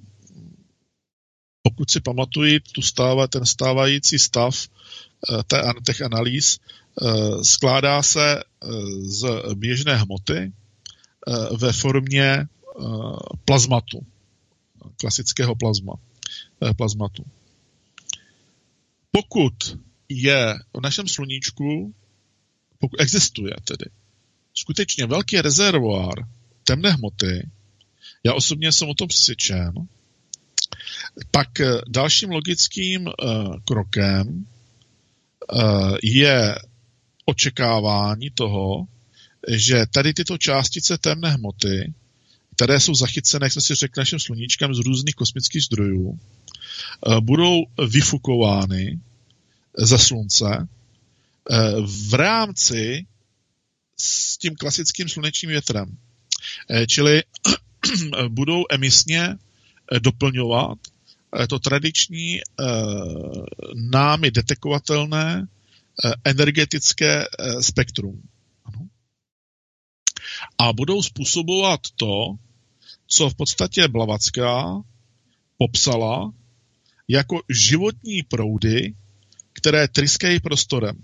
pokud si pamatuji ten stávající stav těch analýz, skládá se z běžné hmoty ve formě plazmatu, klasického plazmatu. Pokud je v našem sluníčku, pokud existuje tedy skutečně velký rezervoár temné hmoty, já osobně jsem o tom přesvědčen, pak dalším logickým krokem je očekávání toho, že tady tyto částice temné hmoty, které jsou zachycené, jak jsme si řekli, naším sluníčkem z různých kosmických zdrojů, budou vyfukovány ze slunce v rámci s tím klasickým slunečním větrem. Čili budou emisně doplňovat to tradiční námi detekovatelné energetické spektrum. Ano. A budou způsobovat to, co v podstatě Blavatská popsala jako životní proudy, které tryskají prostorem.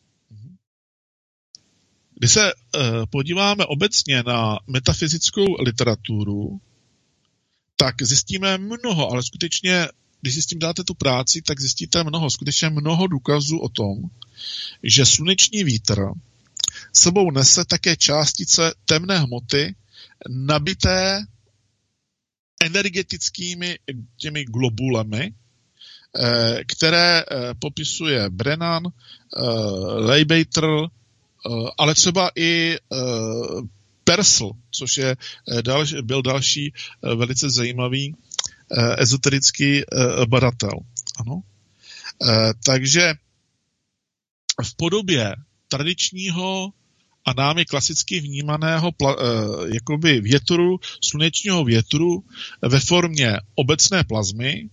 Když se podíváme obecně na metafyzickou literaturu, tak zjistíme mnoho, ale skutečně, když si s tím dáte tu práci, tak zjistíte skutečně mnoho důkazů o tom, že sluneční vítr sebou nese také částice temné hmoty nabité energetickými těmi globulemi, které popisuje Brennan, Leibniz, ale třeba i Pearsall, což byl další velice zajímavý ezoterický badatel. Ano. Takže v podobě tradičního a námi klasicky vnímaného jakoby větru, slunečního větru ve formě obecné plazmy,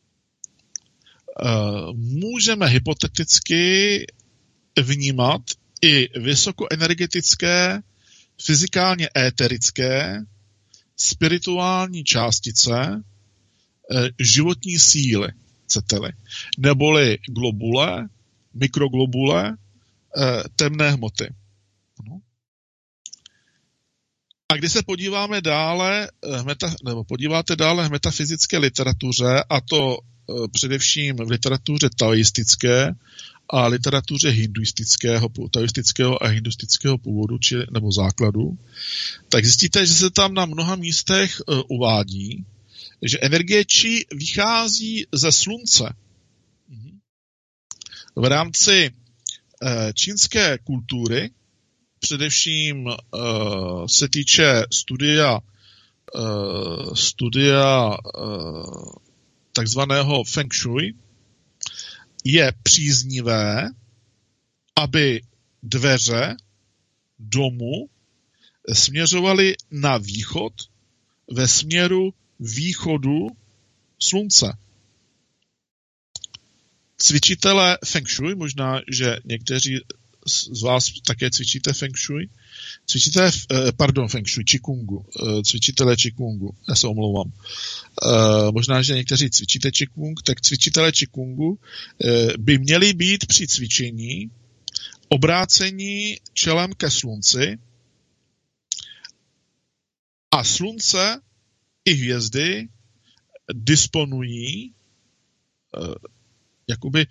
můžeme hypoteticky vnímat i vysokoenergetické, fyzikálně éterické, spirituální částice životní síly, chcete-li, neboli globule, mikroglobule, temné hmoty. A když se podíváme dále, podíváte dále v metafyzické literatuře, a to především v literatuře taoistické a literatuře taoistického a hinduistického původu, nebo základu, tak zjistíte, že se tam na mnoha místech uvádí, že energie Qi vychází ze slunce. V rámci čínské kultury, především se týče studia takzvaného Feng Shui, je příznivé, aby dveře domu směřovaly na východ ve směru východu slunce. Cvičitelé Feng Shui, možná, že někteří z vás také cvičíte Feng Shui, Feng Shui, Qigongu, cvičitelé Qigongu, já se omlouvám. Možná, že někteří cvičíte Qigong, tak cvičitelé Qigongu by měli být při cvičení obrácení čelem ke slunci a slunce i hvězdy disponují jakoby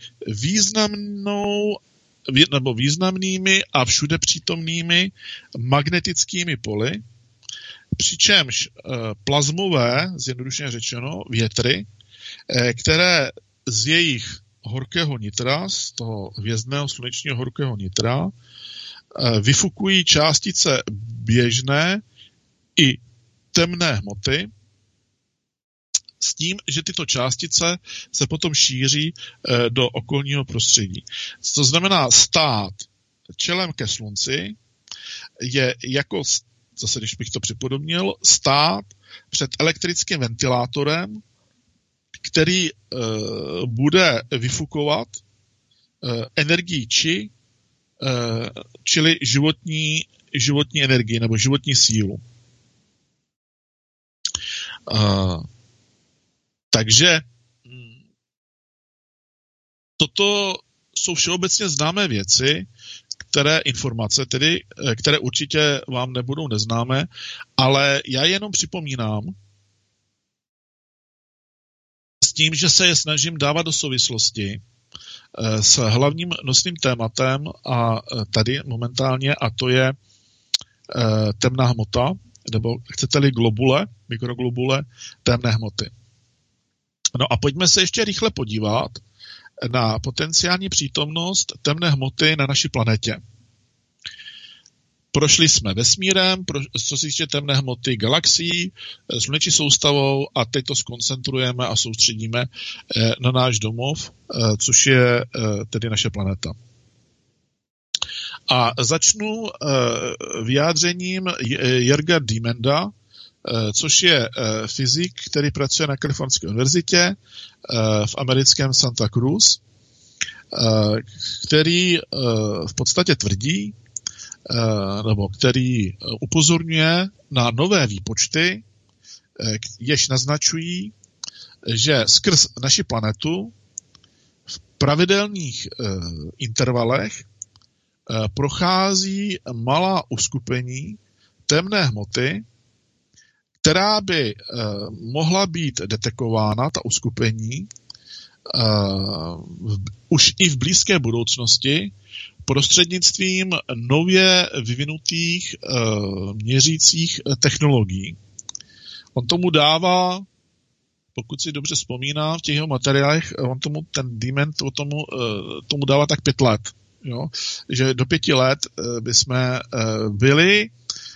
významnými a všude přítomnými magnetickými poli, přičemž plazmové, zjednodušeně řečeno, větry, které z jejich horkého nitra, z toho hvězdného slunečního horkého nitra, vyfukují částice běžné i temné hmoty, s tím, že tyto částice se potom šíří do okolního prostředí. To znamená, stát čelem ke slunci je jako, zase když bych to připodobnil, stát před elektrickým ventilátorem, který bude vyfukovat energii Qi, čili životní energii nebo životní sílu. Takže toto jsou všeobecně známé věci, informace, které určitě vám nebudou neznámé, ale já jenom připomínám s tím, že se je snažím dávat do souvislosti s hlavním nosným tématem a tady momentálně, a to je temná hmota, nebo chcete-li globule, mikroglobule temné hmoty. No a pojďme se ještě rychle podívat na potenciální přítomnost temné hmoty na naší planetě. Prošli jsme vesmírem, co se týče temné hmoty galaxií, sluneční soustavou a teď to zkoncentrujeme a soustředíme na náš domov, což je tedy naše planeta. A začnu vyjádřením Jörga Diemenda, což je fyzik, který pracuje na Kalifornské univerzitě v americkém Santa Cruz, který v podstatě tvrdí, nebo který upozorňuje na nové výpočty, jež naznačují, že skrz naši planetu v pravidelných intervalech prochází malá uskupení temné hmoty, která by mohla být detekována, ta uskupení, už i v blízké budoucnosti prostřednictvím nově vyvinutých měřících technologií. On tomu dává, pokud si dobře vzpomínám, v těch jeho materiálech, ten Diemend tomu dává tak 5 let. Jo? Že do 5 let bychom byli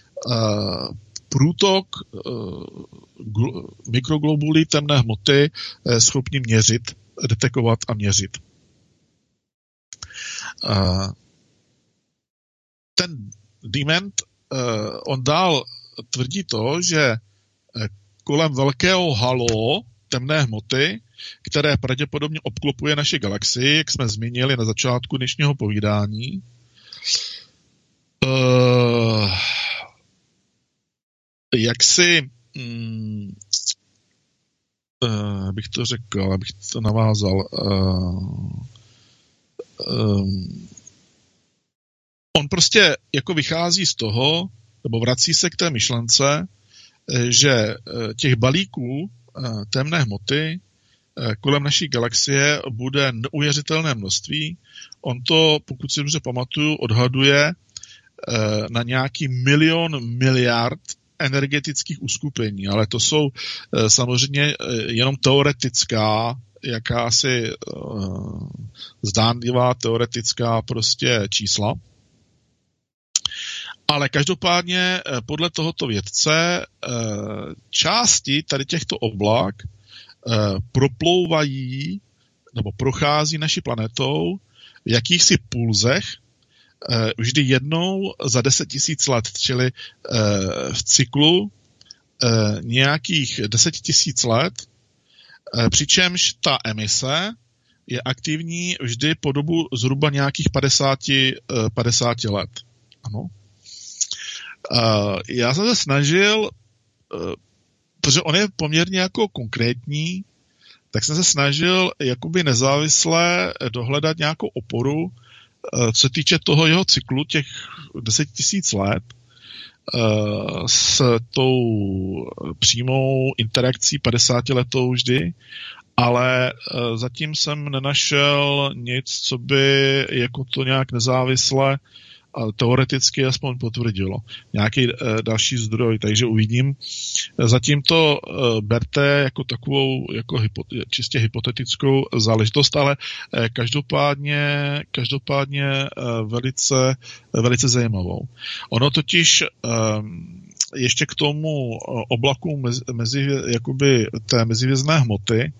průtok mikroglobulí temné hmoty schopni měřit, detekovat a měřit. Ten Dement, on dál tvrdí to, že kolem velkého halo temné hmoty, které pravděpodobně obklopuje naši galaxii, jak jsme zmínili na začátku dnešního povídání, jak si bych to řekl, abych to navázal, on prostě jako vychází z toho, nebo vrací se k té myšlence, že těch balíků temné hmoty kolem naší galaxie bude neuvěřitelné množství. On to, pokud si dobře pamatuju, odhaduje na nějaký 1 milion miliard energetických uskupení, ale to jsou samozřejmě jenom teoretická, jakási zdánlivá teoretická prostě čísla. Ale každopádně podle tohoto vědce části tady těchto oblak proplouvají nebo prochází naší planetou v jakýchsi pulzech vždy jednou za 10 000 let, čili v cyklu nějakých 10 000 let, přičemž ta emise je aktivní vždy po dobu zhruba nějakých 50 let. Ano. Já jsem se snažil, protože on je poměrně jako konkrétní, tak jsem se snažil jakoby nezávisle dohledat nějakou oporu, co se týče toho jeho cyklu, těch 10 000 let, s tou přímou interakcí 50 letou vždy, ale zatím jsem nenašel nic, co by jako to nějak nezávisle teoreticky aspoň potvrdilo. Nějaký další zdroj, takže uvidím. Zatím to berte jako takovou jako čistě hypotetickou záležitost, ale každopádně velice zajímavou. Ono totiž ještě k tomu oblaku jakoby té mezihvězdné hmoty,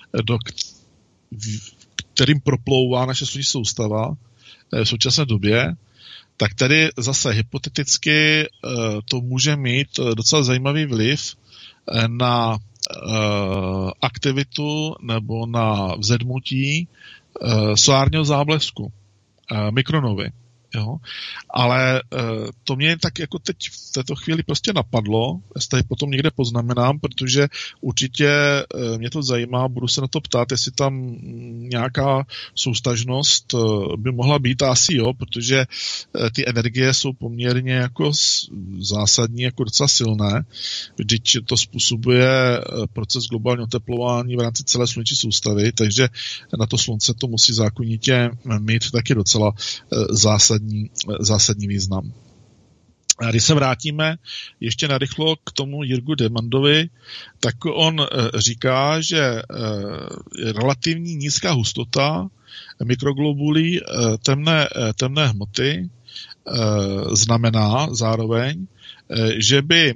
kterým proplouvá naše sluneční soustava v současné době, tak tady zase hypoteticky to může mít docela zajímavý vliv na aktivitu nebo na vzedmutí solárního záblesku, mikronovy. Jo? Ale to mě tak jako teď v této chvíli prostě napadlo, já si tady potom někde poznamenám, protože určitě mě to zajímá, budu se na to ptát, jestli tam nějaká soustažnost by mohla být, asi jo, protože ty energie jsou poměrně jako zásadní, jako docela silné, vždyť to způsobuje proces globálního oteplování v rámci celé sluneční soustavy, takže na to slunce to musí zákonitě mít taky docela zásadní význam. A když se vrátíme ještě narychlo k tomu Jirgu Demandovi, tak on říká, že relativní nízká hustota mikroglobulí temné hmoty znamená zároveň, že by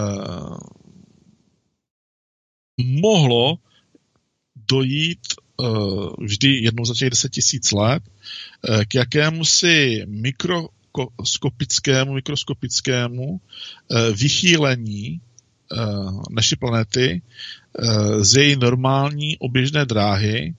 mohlo dojít vždy jednou za těch 10 000 let k jakémusi mikroskopickému vychýlení naší planety z její normální oběžné dráhy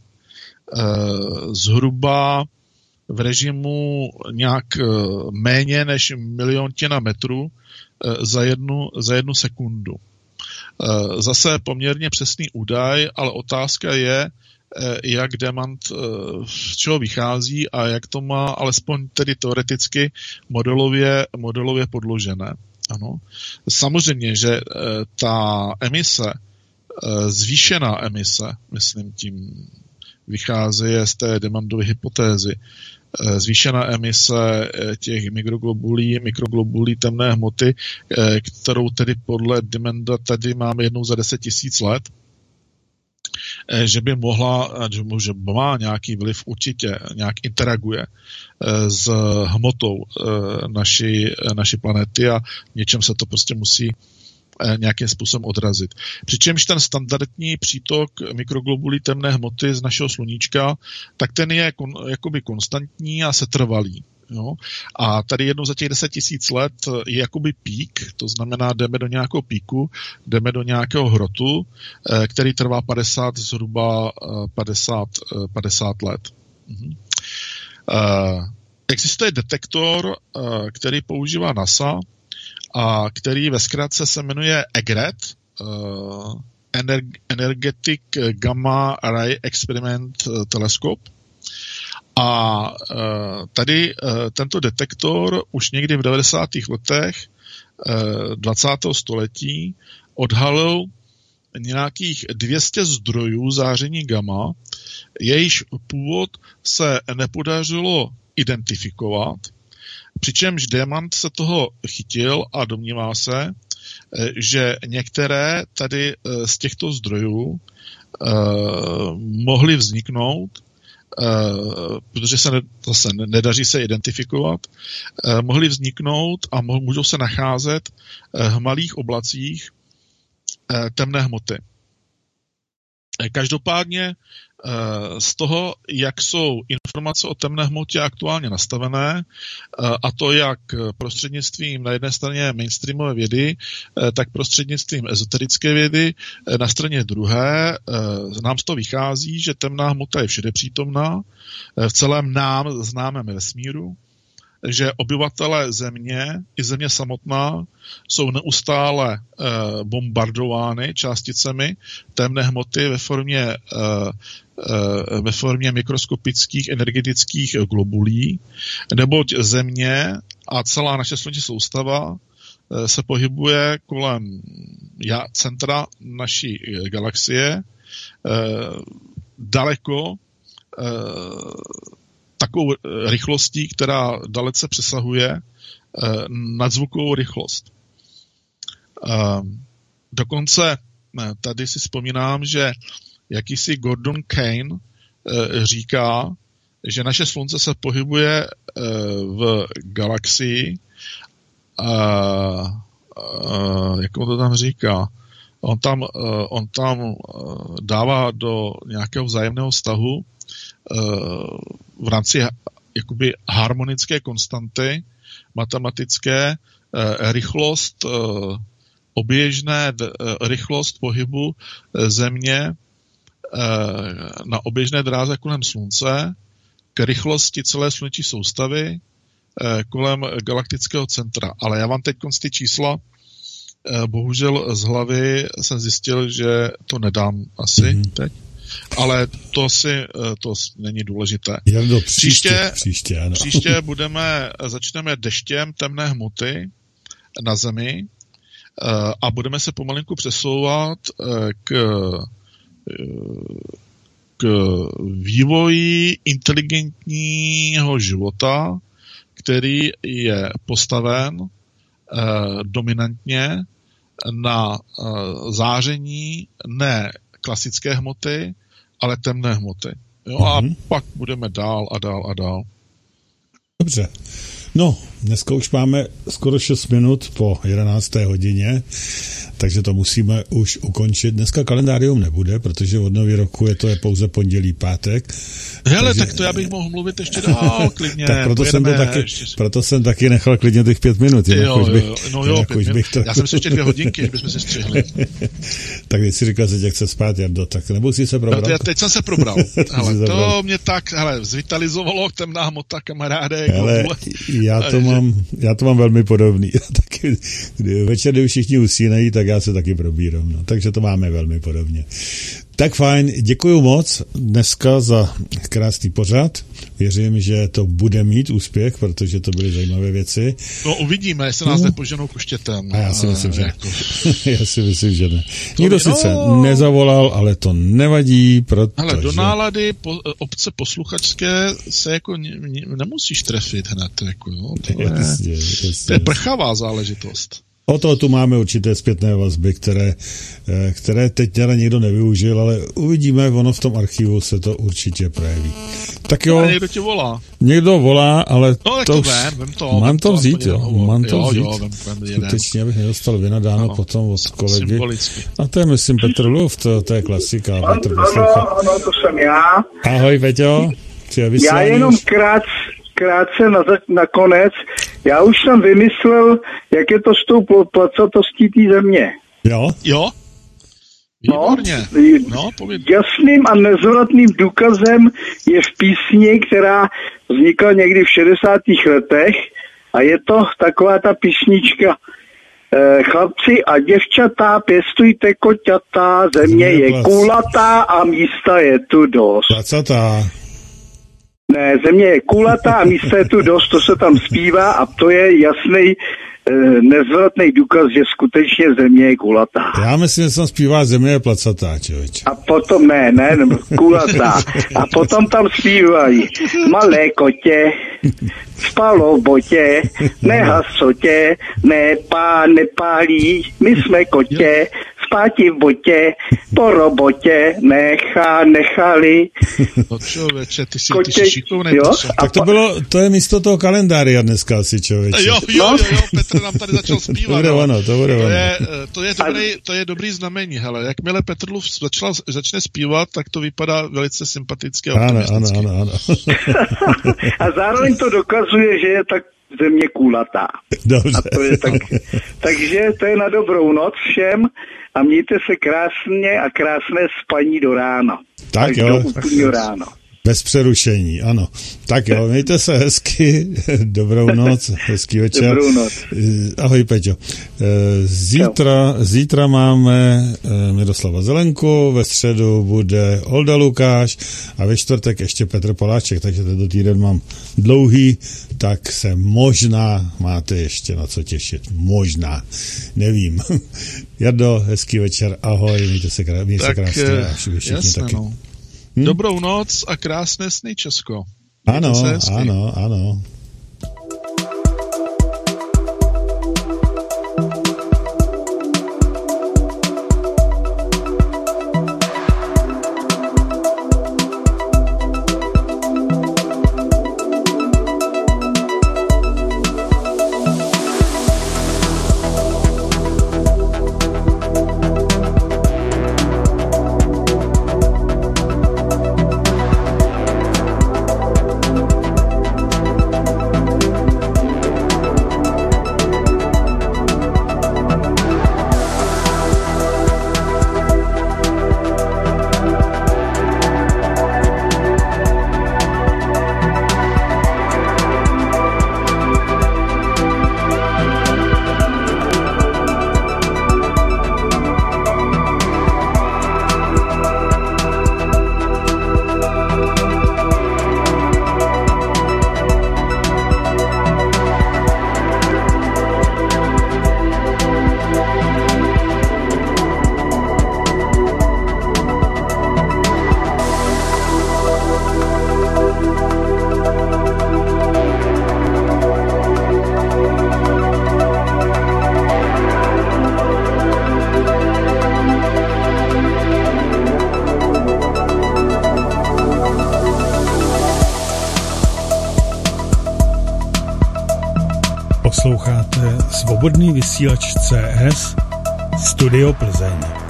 zhruba v režimu nějak méně než miliontina metru za jednu sekundu. Zase poměrně přesný údaj, ale otázka je, jak Demant z čeho vychází a jak to má alespoň tedy teoreticky modelově podložené. Ano. Samozřejmě, že ta emise, zvýšená emise, myslím tím, vychází z té Demandovy hypotézy, zvýšená emise těch mikroglobulí temné hmoty, kterou tedy podle Demanda tady máme jednou za 10 000 let, že by že má nějaký vliv určitě, nějak interaguje s hmotou naší planety a něčem se to prostě musí nějakým způsobem odrazit. Přičemž ten standardní přítok mikroglobulí temné hmoty z našeho sluníčka, tak ten je jakoby konstantní a setrvalý. Jo? A tady jednou za těch 10 000 let je jakoby pík, to znamená, jdeme do nějakého píku, jdeme do nějakého hrotu, který trvá zhruba 50 let. Existuje detektor, který používá NASA a který ve zkratce se jmenuje EGRET, Energetic Gamma Ray Experiment Telescope. A tady tento detektor už někdy v 90. letech 20. století odhalil nějakých 200 zdrojů záření gamma, jejíž původ se nepodařilo identifikovat, přičemž Diamant se toho chytil a domnívá se, že některé tady z těchto zdrojů mohly vzniknout, protože se zase nedaří se identifikovat, mohly vzniknout a můžou se nacházet v malých oblacích temné hmoty. Každopádně z toho, jak jsou informace o temné hmotě aktuálně nastavené, a to jak prostřednictvím na jedné straně mainstreamové vědy, tak prostřednictvím ezoterické vědy, na straně druhé nám z toho vychází, že temná hmota je všude přítomná, v celém nám známém vesmíru, že obyvatelé Země i Země samotná jsou neustále bombardovány částicemi temné hmoty ve formě mikroskopických energetických globulí, neboť Země a celá naše sluneční soustava se pohybuje kolem centra naší galaxie daleko takovou rychlostí, která dalece přesahuje nadzvukovou rychlost. Dokonce tady si vzpomínám, že jakýsi Gordon Kane říká, že naše slunce se pohybuje v galaxii, jak on to tam říká, on tam dává do nějakého vzájemného vztahu v rámci jakoby harmonické konstanty matematické rychlost rychlost pohybu Země na oběžné dráze kolem Slunce k rychlosti celé sluneční soustavy kolem galaktického centra. Ale já vám teď ty čísla bohužel z hlavy jsem zjistil, že to nedám asi teď. Ale to není důležité. Příště začneme deštěm temné hmoty na Zemi a budeme se pomalinku přesouvat k vývoji inteligentního života, který je postaven dominantně na záření ne klasické hmoty, ale temné hmoty. Jo, a pak budeme dál a dál a dál. Dobře. No, dneska už máme skoro 6 minut po 11. hodině, takže to musíme už ukončit. Dneska kalendárium nebude, protože od nový roku je pouze pondělí, pátek. Hele, takže... tak to já bych mohl mluvit ještě dál, klidně. Tak proto jsem taky nechal klidně těch 5 minut. Já jsem si ještě 2 hodinky, že bychom si střihli. Tak když si říkal, že tě chce spát, Jardo, tak nebo si se probral? No, teď jsem se probral. Hele, to mě tak zvitalizovalo, temná hmota, kamaráde. Hele, já to mám velmi podobný. Taky, večer, kdy už všichni usínají, tak já se taky probírám. No. Takže to máme velmi podobně. Tak fajn, děkuju moc dneska za krásný pořad. Věřím, že to bude mít úspěch, protože to byly zajímavé věci. No uvidíme, jestli nás nepoženou koštětem. A já si myslím, že já si myslím, že ne. Nikdo sice nezavolal, ale to nevadí, protože... Ale do nálady obce posluchačské se jako nemusíš trefit hned. Jako, jo. To je prchavá záležitost. O to tu máme určité zpětné vazby, které teď teda nikdo nevyužil, ale uvidíme, ono v tom archivu se to určitě projeví. Tak jo. Někdo tě volá. Někdo volá, ale no, to už... Mám to vzít, jo. Mám to vzít. Skutečně, abych nedostal vynadáno potom od kolegy. Symbolicky. A to je, myslím, Petr Luft, to je klasika. Petr poslouchá. Ano, to jsem já. Ahoj, Peťo. Já jenom krátce nakonec. Já už jsem vymyslel, jak je to s tou placatostí té země. Jo? Výborně. No, jasným a nezvratným důkazem je v písni, která vznikla někdy v 60. letech a je to taková ta písnička chlapci a děvčata, pěstujte koťata, země je kulatá a místa je tu dost. Placatá. Ne, země je kulatá a místa je tu dost, to se tam zpívá a to je jasný nezvratný důkaz, že skutečně země je kulatá. Já myslím, že jsem zpívá země je placatá, člověče. A potom, ne, kulatá. A potom tam zpívají malé kotě, spalo v botě, nehasotě, nepálí, my jsme kotě, spáti v botě, po robotě, nechali. No člověče, ty jsi šikovnej. Tak to je místo toho kalendária dneska asi, člověče. Jo, Petr nám tady začal zpívat. To bude ono. To je dobrý znamení, hele. Jakmile Petrlův začne zpívat, tak to vypadá velice sympaticky a optimisticky. Ano. A zároveň to dokazuje, že je tak země kulatá. Dobře. A to je takže to je na dobrou noc všem a mějte se krásně a krásné spaní do rána. Tak jo. Do úplného rána. Bez přerušení, ano. Tak jo, mějte se hezky, dobrou noc, hezký večer. Dobrou noc. Ahoj, Peťo. Zítra máme Miroslava Zelenku, ve středu bude Olda Lukáš a ve čtvrtek ještě Petr Poláček, takže tento týden mám dlouhý, tak se možná máte ještě na co těšit. Možná, nevím. Jardo, hezký večer, ahoj, mějte se krásně a všichni taky. No. Dobrou noc a krásné sny, Česko. Ano. Posloucháte Svobodný vysílač CS Studio Plzeň.